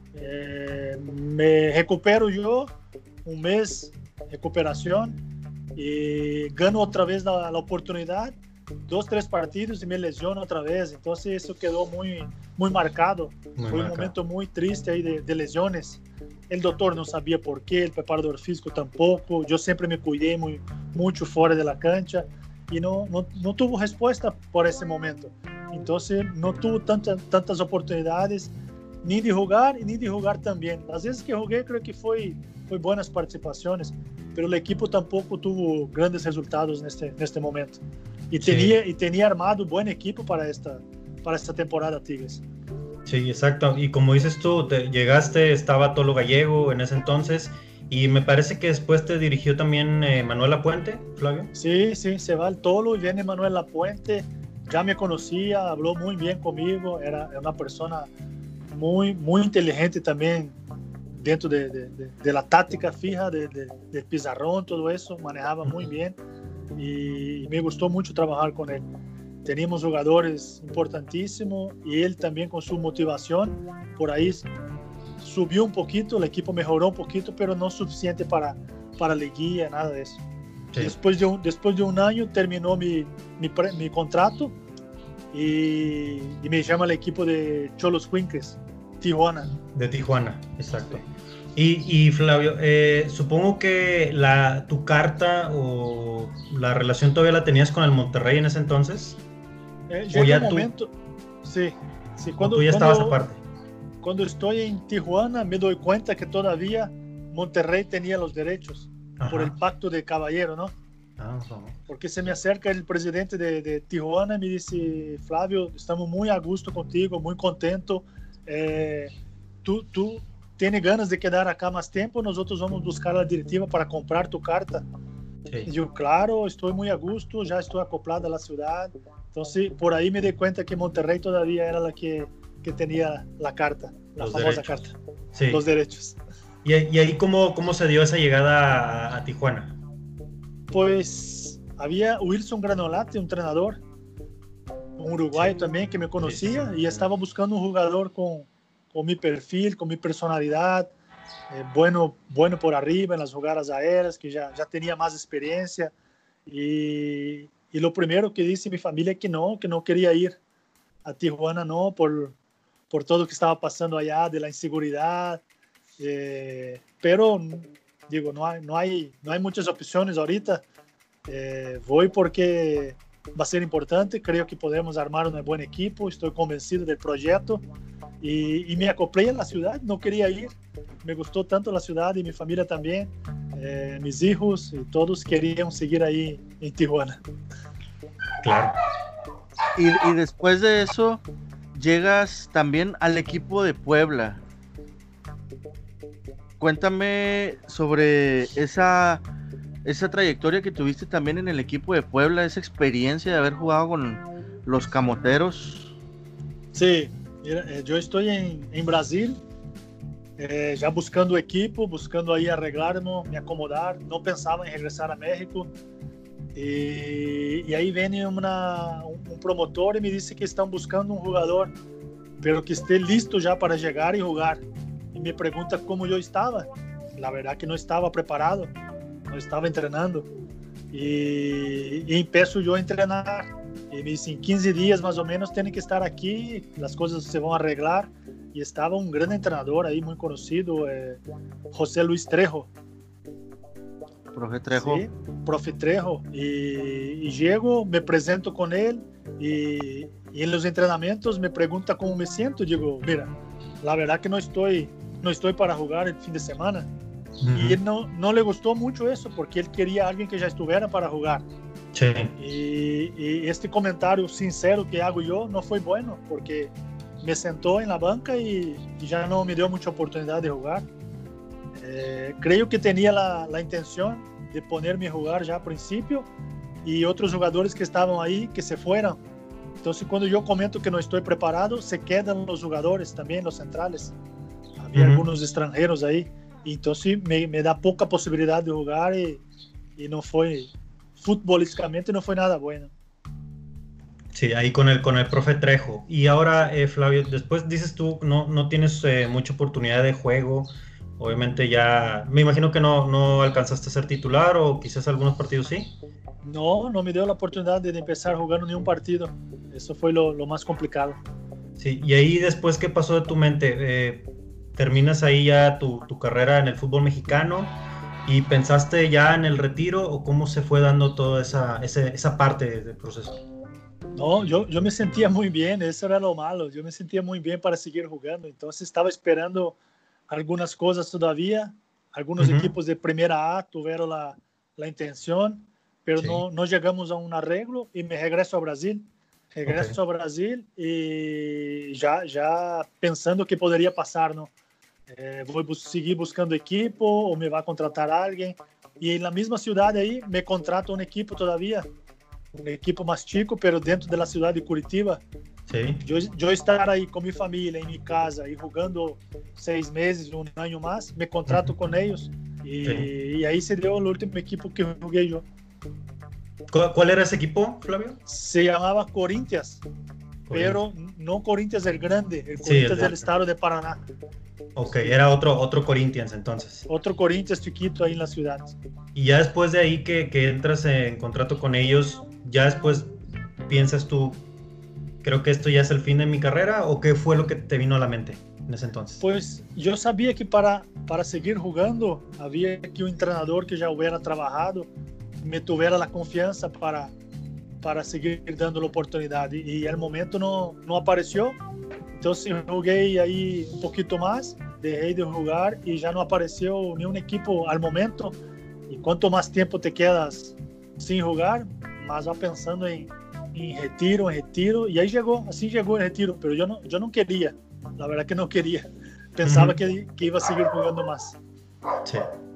Me recupero yo, un mes de recuperación, y gano otra vez la oportunidad, 2-3 partidos y me lesiono otra vez. Entonces eso quedó muy marcado. Fue un momento muy triste ahí de lesiones. El doctor no sabía por qué, el preparador físico tampoco. Yo siempre me cuidé mucho fuera de la cancha y no tuvo respuesta por ese momento. Entonces no tuvo tantas oportunidades ni de jugar y ni de jugar también. Las veces que jugué creo que fue buenas participaciones, pero el equipo tampoco tuvo grandes resultados en este momento. Y tenía armado un buen equipo para esta temporada Tigres. Sí, exacto. Y como dices tú, llegaste, estaba Tolo Gallego en ese entonces, y me parece que después te dirigió también Manuel Lapuente, Flavio. Sí, se va el Tolo y viene Manuel Lapuente. Ya me conocía, habló muy bien conmigo, era una persona muy inteligente también dentro de la táctica fija, del pizarrón, todo eso, manejaba muy bien y me gustó mucho trabajar con él. Teníamos jugadores importantísimos y él también con su motivación, por ahí subió un poquito, el equipo mejoró un poquito, pero no suficiente para liguilla, nada de eso. Sí. Después de un año terminó mi contrato y me llama el equipo de Xolos Quincles, Tijuana. De Tijuana, exacto. Y Flavio, supongo que tu carta o la relación todavía la tenías con el Monterrey en ese entonces. Llega un momento, sí. Cuando tú ya estabas aparte. Cuando estoy en Tijuana me doy cuenta que todavía Monterrey tenía los derechos. Ajá. Por el pacto de caballero, ¿no? Porque se me acerca el presidente de Tijuana y me dice, Flavio, estamos muy a gusto contigo, muy contento. Tú tienes ganas de quedar acá más tiempo, nosotros vamos a buscar la directiva para comprar tu carta. Sí. Y yo, claro, estoy muy a gusto, ya estoy acoplado a la ciudad. Entonces, por ahí me di cuenta que Monterrey todavía era la que tenía la carta, la famosa carta, sí. Los derechos. ¿Y ahí cómo se dio esa llegada a Tijuana? Pues había Wilson Granolati, un entrenador, un uruguayo también que me conocía, y estaba buscando un jugador con mi perfil, con mi personalidad, bueno por arriba en las jugadas aéreas, que ya tenía más experiencia. Y lo primero que dice mi familia es que no quería ir a Tijuana, no, por todo lo que estaba pasando allá, de la inseguridad. Pero digo, no hay muchas opciones ahorita. Voy porque va a ser importante, creo que podemos armar un buen equipo, estoy convencido del proyecto y me acoplé en la ciudad, no quería ir, me gustó tanto la ciudad y mi familia también, mis hijos y todos querían seguir ahí en Tijuana. Claro. Y después de eso, llegas también al equipo de Puebla. Cuéntame sobre esa trayectoria que tuviste también en el equipo de Puebla, esa experiencia de haber jugado con los Camoteros. Sí, mira, yo estoy en Brasil, ya buscando equipo, buscando ahí arreglarme, me acomodar, no pensaba en regresar a México. Y ahí viene un promotor y me dice que están buscando un jugador, pero que esté listo ya para llegar y jugar. Y me pregunta cómo yo estaba. La verdad que no estaba preparado, no estaba entrenando. Y empiezo yo a entrenar. Y me dicen, 15 días más o menos tienen que estar aquí, las cosas se van a arreglar. Y estaba un gran entrenador ahí, muy conocido, José Luis Trejo. Profe Trejo. Sí, Profe Trejo. Y llego, me presento con él y en los entrenamientos me pregunta cómo me siento. Digo, mira, la verdad que no estoy para jugar el fin de semana. Uh-huh. Y él no le gustó mucho eso porque él quería a alguien que ya estuviera para jugar. Sí. Y este comentario sincero que hago yo no fue bueno porque me sentó en la banca y ya no me dio mucha oportunidad de jugar. Creo que tenía la intención de ponerme a jugar ya al principio y otros jugadores que estaban ahí que se fueran. Entonces cuando yo comento que no estoy preparado, se quedan los jugadores también, los centrales. Había algunos extranjeros ahí y entonces me da poca posibilidad de jugar y no fue, futbolísticamente no fue nada bueno. Sí, ahí con el profe Trejo. Y ahora, Flavio, después dices tú, no tienes mucha oportunidad de juego. Obviamente ya, me imagino que no alcanzaste a ser titular o quizás algunos partidos sí. No me dio la oportunidad de empezar jugando ni un partido. Eso fue lo más complicado. Sí, y ahí después, ¿qué pasó de tu mente? ¿Terminas ahí ya tu carrera en el fútbol mexicano y pensaste ya en el retiro o cómo se fue dando toda esa parte del proceso? No, yo me sentía muy bien, eso era lo malo. Yo me sentía muy bien para seguir jugando. Entonces estaba esperando algunas cosas todavía. Algunos equipos de primera A tuvieron la intención, pero sí. no llegamos a un arreglo y me regreso a Brasil. A Brasil y ya pensando que poderia passar, ¿no? Vou seguir buscando equipo ou me vai contratar alguém. E na mesma cidade aí me contrata um equipo todavia, um equipo mais chico, pero dentro da cidade de Curitiba. Sim. Eu estar aí com minha família em minha casa e jogando 6 meses, um ano mais, me contrato com eles e aí se deu o último equipo que joguei eu. ¿Cuál era ese equipo, Flavio? Se llamaba Corinthians, pero no Corinthians el grande, el Corinthians del estado de Paraná. Ok, era otro Corinthians entonces. Otro Corinthians chiquito ahí en la ciudad. Y ya después de ahí que entras en contrato con ellos, ya después piensas tú, creo que esto ya es el fin de mi carrera, ¿o qué fue lo que te vino a la mente en ese entonces? Pues yo sabía que para seguir jugando había que un entrenador que ya hubiera trabajado me tuviera la confianza para seguir dando la oportunidad y el momento no apareció. Entonces jugué ahí un poquito más, dejé de jugar y ya no apareció ni un equipo al momento. Y cuanto más tiempo te quedas sin jugar, más vas pensando en retiro. Y ahí así llegó el retiro, pero yo no quería, la verdad que no quería. Pensaba que iba a seguir jugando más. Sí.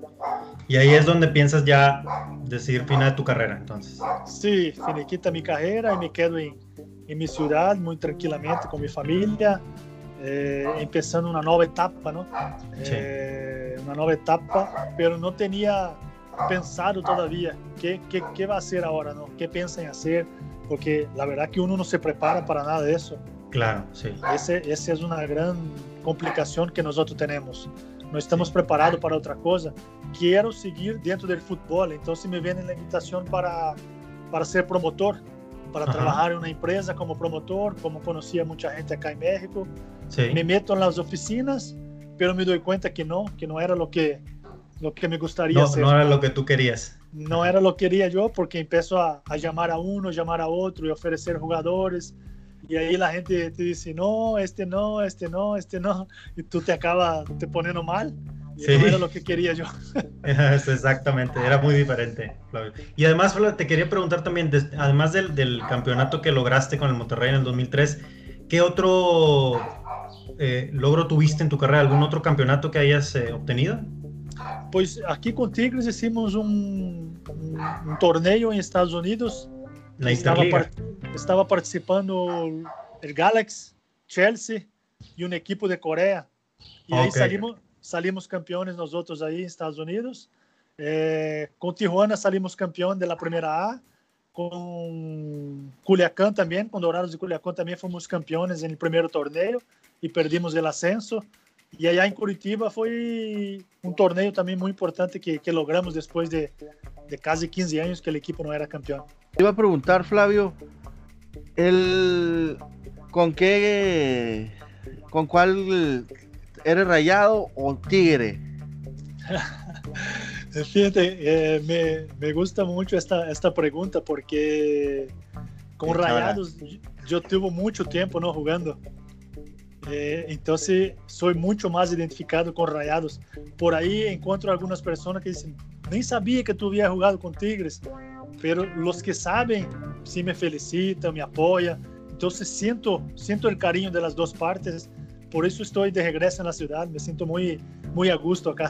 Y ahí es donde piensas ya decidir final de tu carrera, entonces. Sí, finiquita mi carrera y me quedo en mi ciudad muy tranquilamente con mi familia, empezando una nueva etapa, ¿no? Sí. Una nueva etapa, pero no tenía pensado todavía qué va a hacer ahora, ¿no? ¿Qué piensa en hacer? Porque la verdad que uno no se prepara para nada de eso. Claro, sí. Esa es una gran complicación que nosotros tenemos. No estamos preparados para otra cosa. Quiero seguir dentro del fútbol, entonces me viene la invitación para ser promotor, para trabajar en una empresa como promotor, como conocía mucha gente acá en México. Sí. Me meto en las oficinas, pero me doy cuenta que no era lo que me gustaría hacer. No era lo que tú querías. No era lo que quería yo, porque empiezo a llamar a uno, llamar a otro y ofrecer jugadores. Y ahí la gente te dice, no, este no, y tú te acabas te poniendo mal. Sí. No era lo que quería yo. Exactamente, era muy diferente, Flavio. Y además, Flavio, te quería preguntar también, además del campeonato que lograste con el Monterrey en el 2003, ¿qué otro logro tuviste en tu carrera? ¿Algún otro campeonato que hayas obtenido? Pues aquí con Tigres hicimos un torneo en Estados Unidos. La Interliga. Estaba participando el Galaxy, Chelsea y un equipo de Corea. Y ahí salimos campeones nosotros ahí en Estados Unidos. Con Tijuana salimos campeón de la primera A. Con Culiacán también, con Dorados de Culiacán también fuimos campeones en el primer torneo y perdimos el ascenso. Y allá en Curitiba fue un torneo también muy importante que logramos después de casi 15 años que el equipo no era campeón. Te iba a preguntar, Flavio, ¿con cuál eres, Rayado o Tigre? Fíjate, me gusta mucho esta pregunta porque con Rayados yo tuve mucho tiempo no jugando. Entonces soy mucho más identificado con Rayados. Por ahí encuentro algunas personas que dicen, nem sabía que tú habías jugado con Tigres, pero los que saben sí me felicitan, me apoyan. Entonces siento el cariño de las dos partes. Por eso estoy de regreso en la ciudad, me siento muy, muy a gusto acá.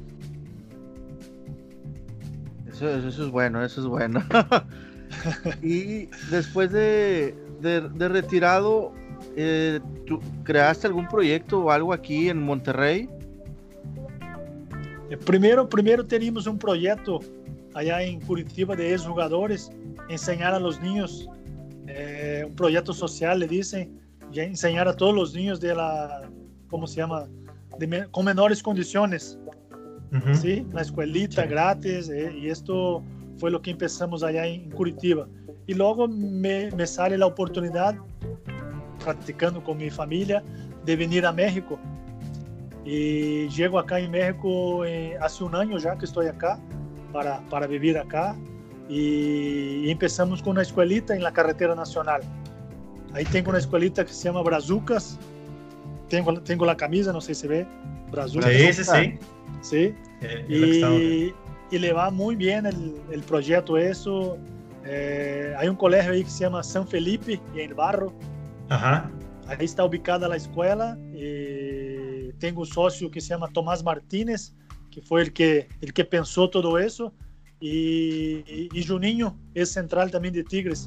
Eso es bueno, eso es bueno. Y después de retirado, ¿tú creaste algún proyecto o algo aquí en Monterrey? Primero teníamos un proyecto allá en Curitiba de exjugadores, enseñar a los niños, un proyecto social, le dicen, enseñar a todos los niños de la, ¿cómo se llama? Con menores condiciones, uh-huh. ¿Sí? La escuelita, sí. Gratis, y esto fue lo que empezamos allá en Curitiba. Y luego me sale la oportunidad, practicando con mi familia, de venir a México. Y llego acá en México hace un año ya que estoy acá, para vivir acá. Y empezamos con una escuelita en la carretera nacional. Ahí tengo una escuelita que se llama Brazucas. Tengo la camisa, no sé si se ve. Brazucas. Sí. Sí. Y le va muy bien el proyecto eso. Hay un colegio ahí que se llama San Felipe, en el Barro. Ajá. Ahí está ubicada la escuela. Tengo un socio que se llama Tomás Martínez, que fue el que pensó todo eso. Y Juninho es central también de Tigres.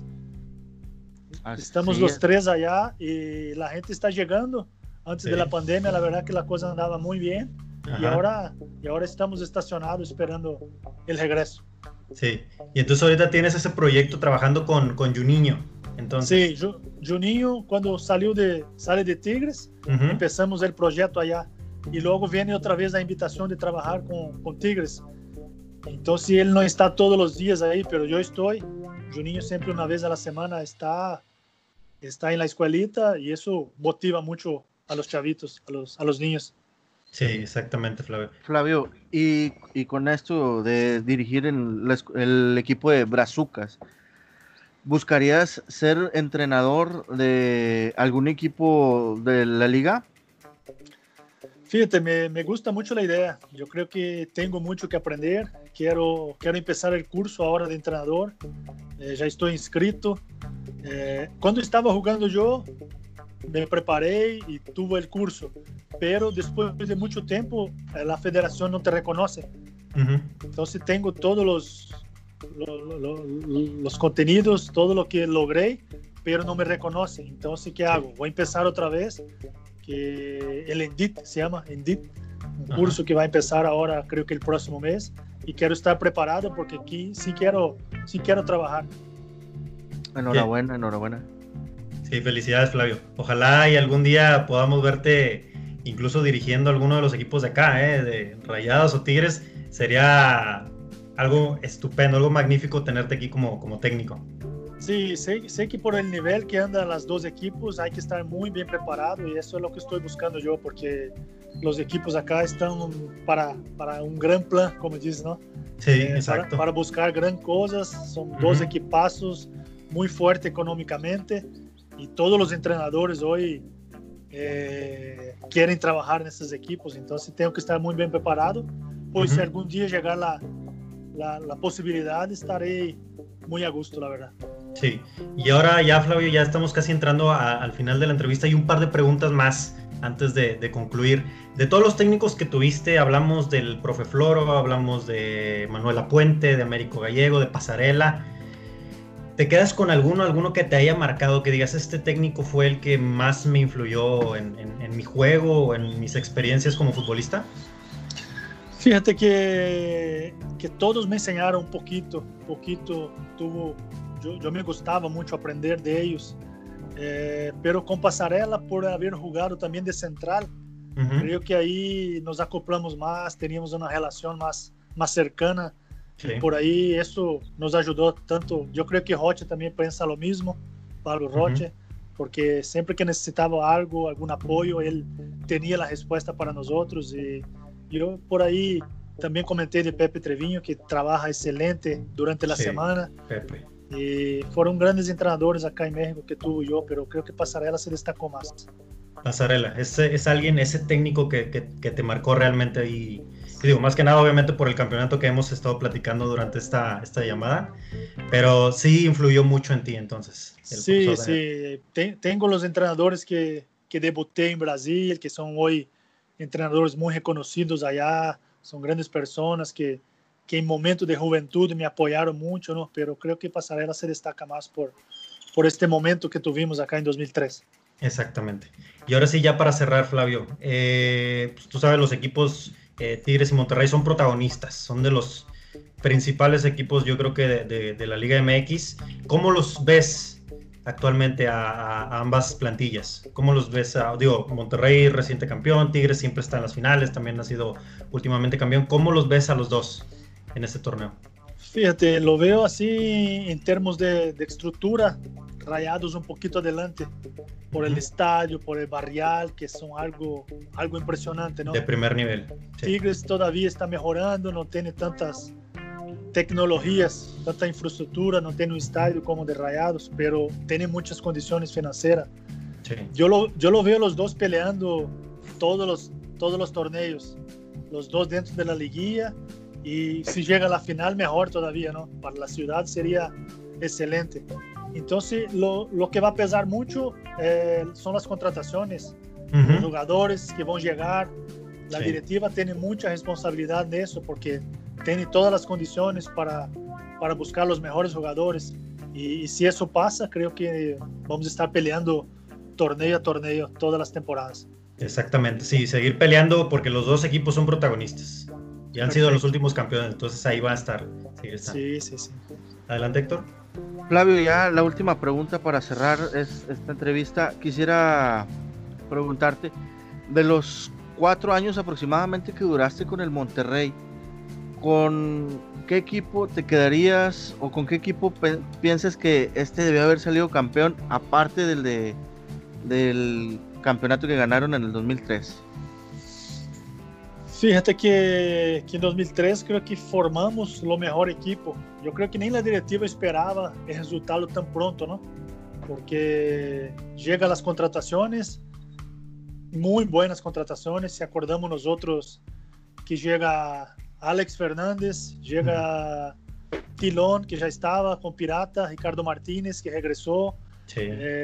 Estamos los tres allá y la gente está llegando. Antes de la pandemia, la verdad que la cosa andaba muy bien. Y ahora estamos estacionados esperando el regreso. Sí, y entonces ahorita tienes ese proyecto trabajando con Juninho. Entonces... Sí, Juninho, cuando sale de Tigres, uh-huh. Empezamos el proyecto allá. Y luego viene otra vez la invitación de trabajar con Tigres. Entonces él no está todos los días ahí, pero yo estoy. Juninho siempre una vez a la semana está en la escuelita y eso motiva mucho a los chavitos, a los niños. Sí, exactamente, Flavio. Flavio, y con esto de dirigir el equipo de Brazucas, ¿buscarías ser entrenador de algún equipo de la liga? Fíjate, me gusta mucho la idea. Yo creo que tengo mucho que aprender. Quiero empezar el curso ahora de entrenador. Ya estoy inscrito. Cuando estaba jugando yo, me preparé y tuve el curso. Pero después de mucho tiempo, la federación no te reconoce. Uh-huh. Entonces tengo todos los contenidos, todo lo que logré, pero no me reconoce. Entonces, ¿qué hago? Voy a empezar otra vez. Que el ENDIT se llama ENDIT, un curso que va a empezar ahora, creo que el próximo mes, y quiero estar preparado porque aquí sí quiero trabajar. Enhorabuena. Sí, felicidades, Flavio. Ojalá y algún día podamos verte incluso dirigiendo alguno de los equipos de acá, de Rayados o Tigres. Sería algo estupendo, algo magnífico tenerte aquí como técnico. Sí, sé que por el nivel que andan los dos equipos hay que estar muy bien preparado y eso es lo que estoy buscando yo, porque los equipos acá están para un gran plan, como dices, ¿no? Sí, exacto. Para buscar gran cosas, son dos equipazos muy fuertes económicamente y todos los entrenadores hoy quieren trabajar en estos equipos, entonces tengo que estar muy bien preparado, pues si algún día llegar la posibilidad, estaré muy a gusto, la verdad. Sí, y ahora ya, Flavio, ya estamos casi entrando al final de la entrevista y un par de preguntas más antes de concluir. De todos los técnicos que tuviste, hablamos del profe Floro, hablamos de Manuel Lapuente, de Américo Gallego, de Pasarela. ¿Te quedas con alguno que te haya marcado, que digas, este técnico fue el que más me influyó en mi juego o en mis experiencias como futbolista? Fíjate que todos me enseñaron un poquito. Yo me gustaba mucho aprender de ellos, pero con Pasarela, por haber jugado también de central, creo que ahí nos acoplamos más, teníamos una relación más cercana. Sí. Y por ahí eso nos ayudó tanto. Yo creo que Roche también piensa lo mismo, Pablo Roche, porque siempre que necesitaba algo, algún apoyo, él tenía la respuesta para nosotros. Y yo por ahí también comenté de Pepe Treviño, que trabaja excelente durante la semana. Pepe. Y fueron grandes entrenadores acá en México que tuve yo, pero creo que Pasarela se destacó más. Pasarela, es alguien, ese técnico que te marcó realmente y digo, más que nada obviamente por el campeonato que hemos estado platicando durante esta llamada, pero sí influyó mucho en ti entonces. Sí. Tengo los entrenadores que debuté en Brasil, que son hoy entrenadores muy reconocidos allá, son grandes personas que en momentos de juventud me apoyaron mucho, ¿no? Pero creo que Pasarela se destaca más por este momento que tuvimos acá en 2003. Exactamente. Y ahora sí, ya para cerrar, Flavio, pues tú sabes, los equipos Tigres y Monterrey son protagonistas, son de los principales equipos, yo creo que de la Liga MX. ¿Cómo los ves actualmente a ambas plantillas? ¿Cómo los ves? Monterrey reciente campeón, Tigres siempre está en las finales, también ha sido últimamente campeón. ¿Cómo los ves a los dos en este torneo? Fíjate, lo veo así en términos de estructura, Rayados un poquito adelante por el estadio, por el barrial, que son algo impresionante, ¿no? De primer nivel. Sí. Tigres todavía está mejorando, no tiene tantas tecnologías, tanta infraestructura, no tiene un estadio como de Rayados, pero tiene muchas condiciones financieras. Sí. Yo lo veo los dos peleando todos los torneos, los dos dentro de la liguilla, y si llega a la final mejor todavía, ¿no? Para la ciudad sería excelente. Entonces lo que va a pesar mucho son las contrataciones, los jugadores que van a llegar. La directiva tiene mucha responsabilidad de eso porque tiene todas las condiciones para buscar los mejores jugadores. Y si eso pasa, creo que vamos a estar peleando torneo a torneo todas las temporadas. Exactamente, sí, seguir peleando porque los dos equipos son protagonistas. Ya han sido los últimos campeones, entonces ahí va a estar. Sí. Adelante, Héctor. Flavio, ya la última pregunta para cerrar esta entrevista. Quisiera preguntarte, de los 4 años aproximadamente que duraste con el Monterrey, ¿con qué equipo te quedarías o con qué equipo piensas que debió haber salido campeón, aparte del campeonato que ganaron en el 2003? Fíjate que en 2003 creo que formamos lo mejor equipo. Yo creo que ni la directiva esperaba el resultado tan pronto, ¿no? Porque llegan las contrataciones, muy buenas contrataciones. Si acordamos nosotros que llega Alex Fernández, llega Tilón, que ya estaba con Pirata, Ricardo Martínez, que regresó, sí.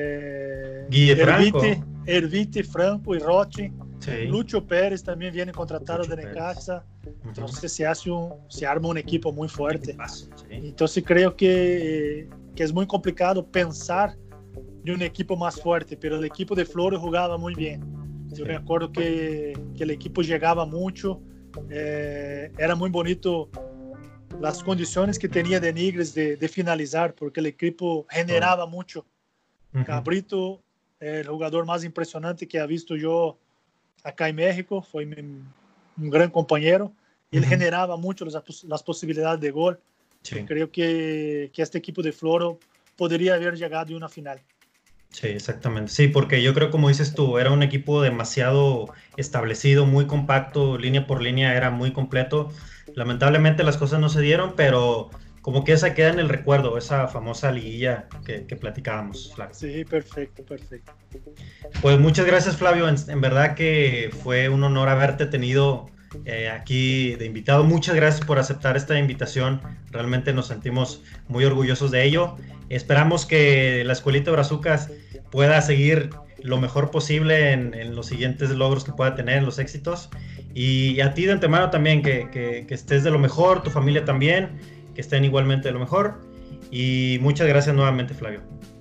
Ervite, Franco y Roche. Sí. Lucho Pérez también viene contratado de Necaxa. Entonces se arma un equipo muy fuerte. Sí. Entonces creo que es muy complicado pensar de un equipo más fuerte, pero el equipo de Floro jugaba muy bien. Yo me acuerdo que el equipo llegaba mucho, era muy bonito las condiciones que tenía de Nigres de finalizar, porque el equipo generaba mucho. Cabrito, el jugador más impresionante que he visto yo acá en México, fue un gran compañero. Él generaba mucho las posibilidades de gol. Sí. Creo que este equipo de Floro podría haber llegado a una final. Sí, exactamente. Sí, porque yo creo, como dices tú, era un equipo demasiado establecido, muy compacto, línea por línea, era muy completo. Lamentablemente las cosas no se dieron, pero como que esa queda en el recuerdo, esa famosa liguilla que platicábamos, Flavio. Sí, perfecto, perfecto. Pues muchas gracias, Flavio, en verdad que fue un honor haberte tenido aquí de invitado. Muchas gracias por aceptar esta invitación, realmente nos sentimos muy orgullosos de ello. Esperamos que la Escuelita Brazucas pueda seguir lo mejor posible en los siguientes logros que pueda tener, en los éxitos, y a ti de antemano también, que estés de lo mejor, tu familia también, que estén igualmente de lo mejor, y muchas gracias nuevamente, Flavio.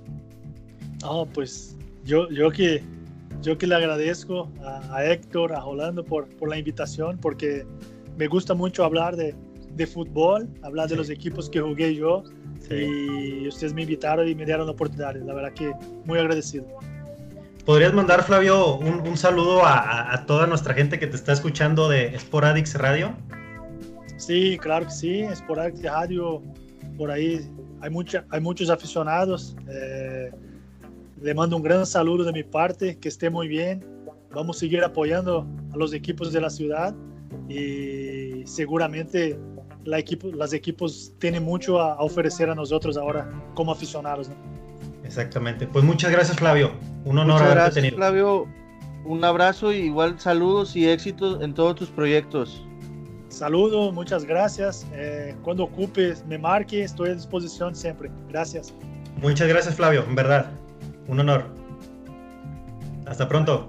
Pues yo que le agradezco a Héctor, a Rolando por la invitación, porque me gusta mucho hablar de fútbol, hablar de los equipos que jugué yo, y ustedes me invitaron y me dieron la oportunidad. La verdad que muy agradecido. ¿Podrías mandar, Flavio, un saludo a toda nuestra gente que te está escuchando de Sporadix Radio? Sí, claro que sí, Sporadix Radio, por ahí hay muchos aficionados. Le mando un gran saludo de mi parte, que esté muy bien. Vamos a seguir apoyando a los equipos de la ciudad y seguramente los equipos tienen mucho a ofrecer a nosotros ahora como aficionados, ¿no? Exactamente. Pues muchas gracias, Flavio. Un honor muchas haberte gracias, tenido. Flavio. Un abrazo y igual saludos y éxitos en todos tus proyectos. Saludos, muchas gracias. Cuando ocupes, me marque, estoy a disposición siempre. Gracias. Muchas gracias, Flavio, en verdad. Un honor. Hasta pronto.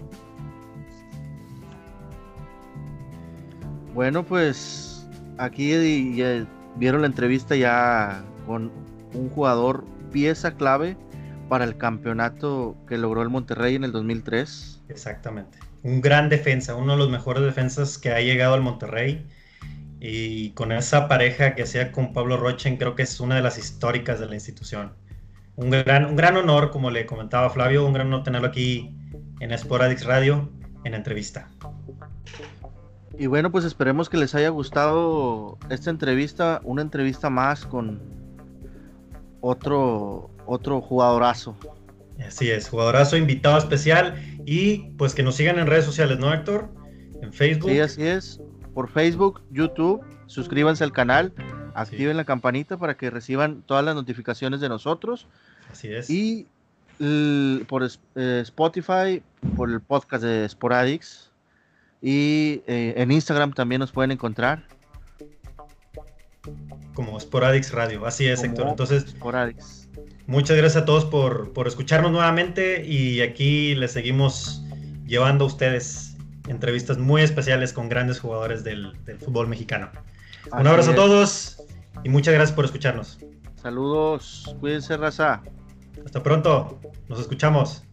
Bueno, pues aquí ya vieron la entrevista ya con un jugador pieza clave para el campeonato que logró el Monterrey en el 2003. Exactamente. Un gran defensa, uno de los mejores defensas que ha llegado al Monterrey. Y con esa pareja que hacía con Pablo Rochen, creo que es una de las históricas de la institución. Un gran honor, como le comentaba Flavio, un gran honor tenerlo aquí en Sporadix Radio en entrevista. Y bueno, pues esperemos que les haya gustado esta entrevista, una entrevista más con otro jugadorazo. Así es, jugadorazo, invitado especial, y pues que nos sigan en redes sociales, ¿no, Héctor? En Facebook. Sí, así es, por Facebook, YouTube, suscríbanse al canal, activen la campanita para que reciban todas las notificaciones de nosotros. Así es. Y por Spotify, por el podcast de Sporadix, y en Instagram también nos pueden encontrar como Sporadix Radio, así es, Héctor. Entonces, Sporadix. Muchas gracias a todos por escucharnos nuevamente, y aquí les seguimos llevando a ustedes entrevistas muy especiales con grandes jugadores del fútbol mexicano. Un abrazo a todos y muchas gracias por escucharnos. Saludos, cuídense, raza. Hasta pronto, nos escuchamos.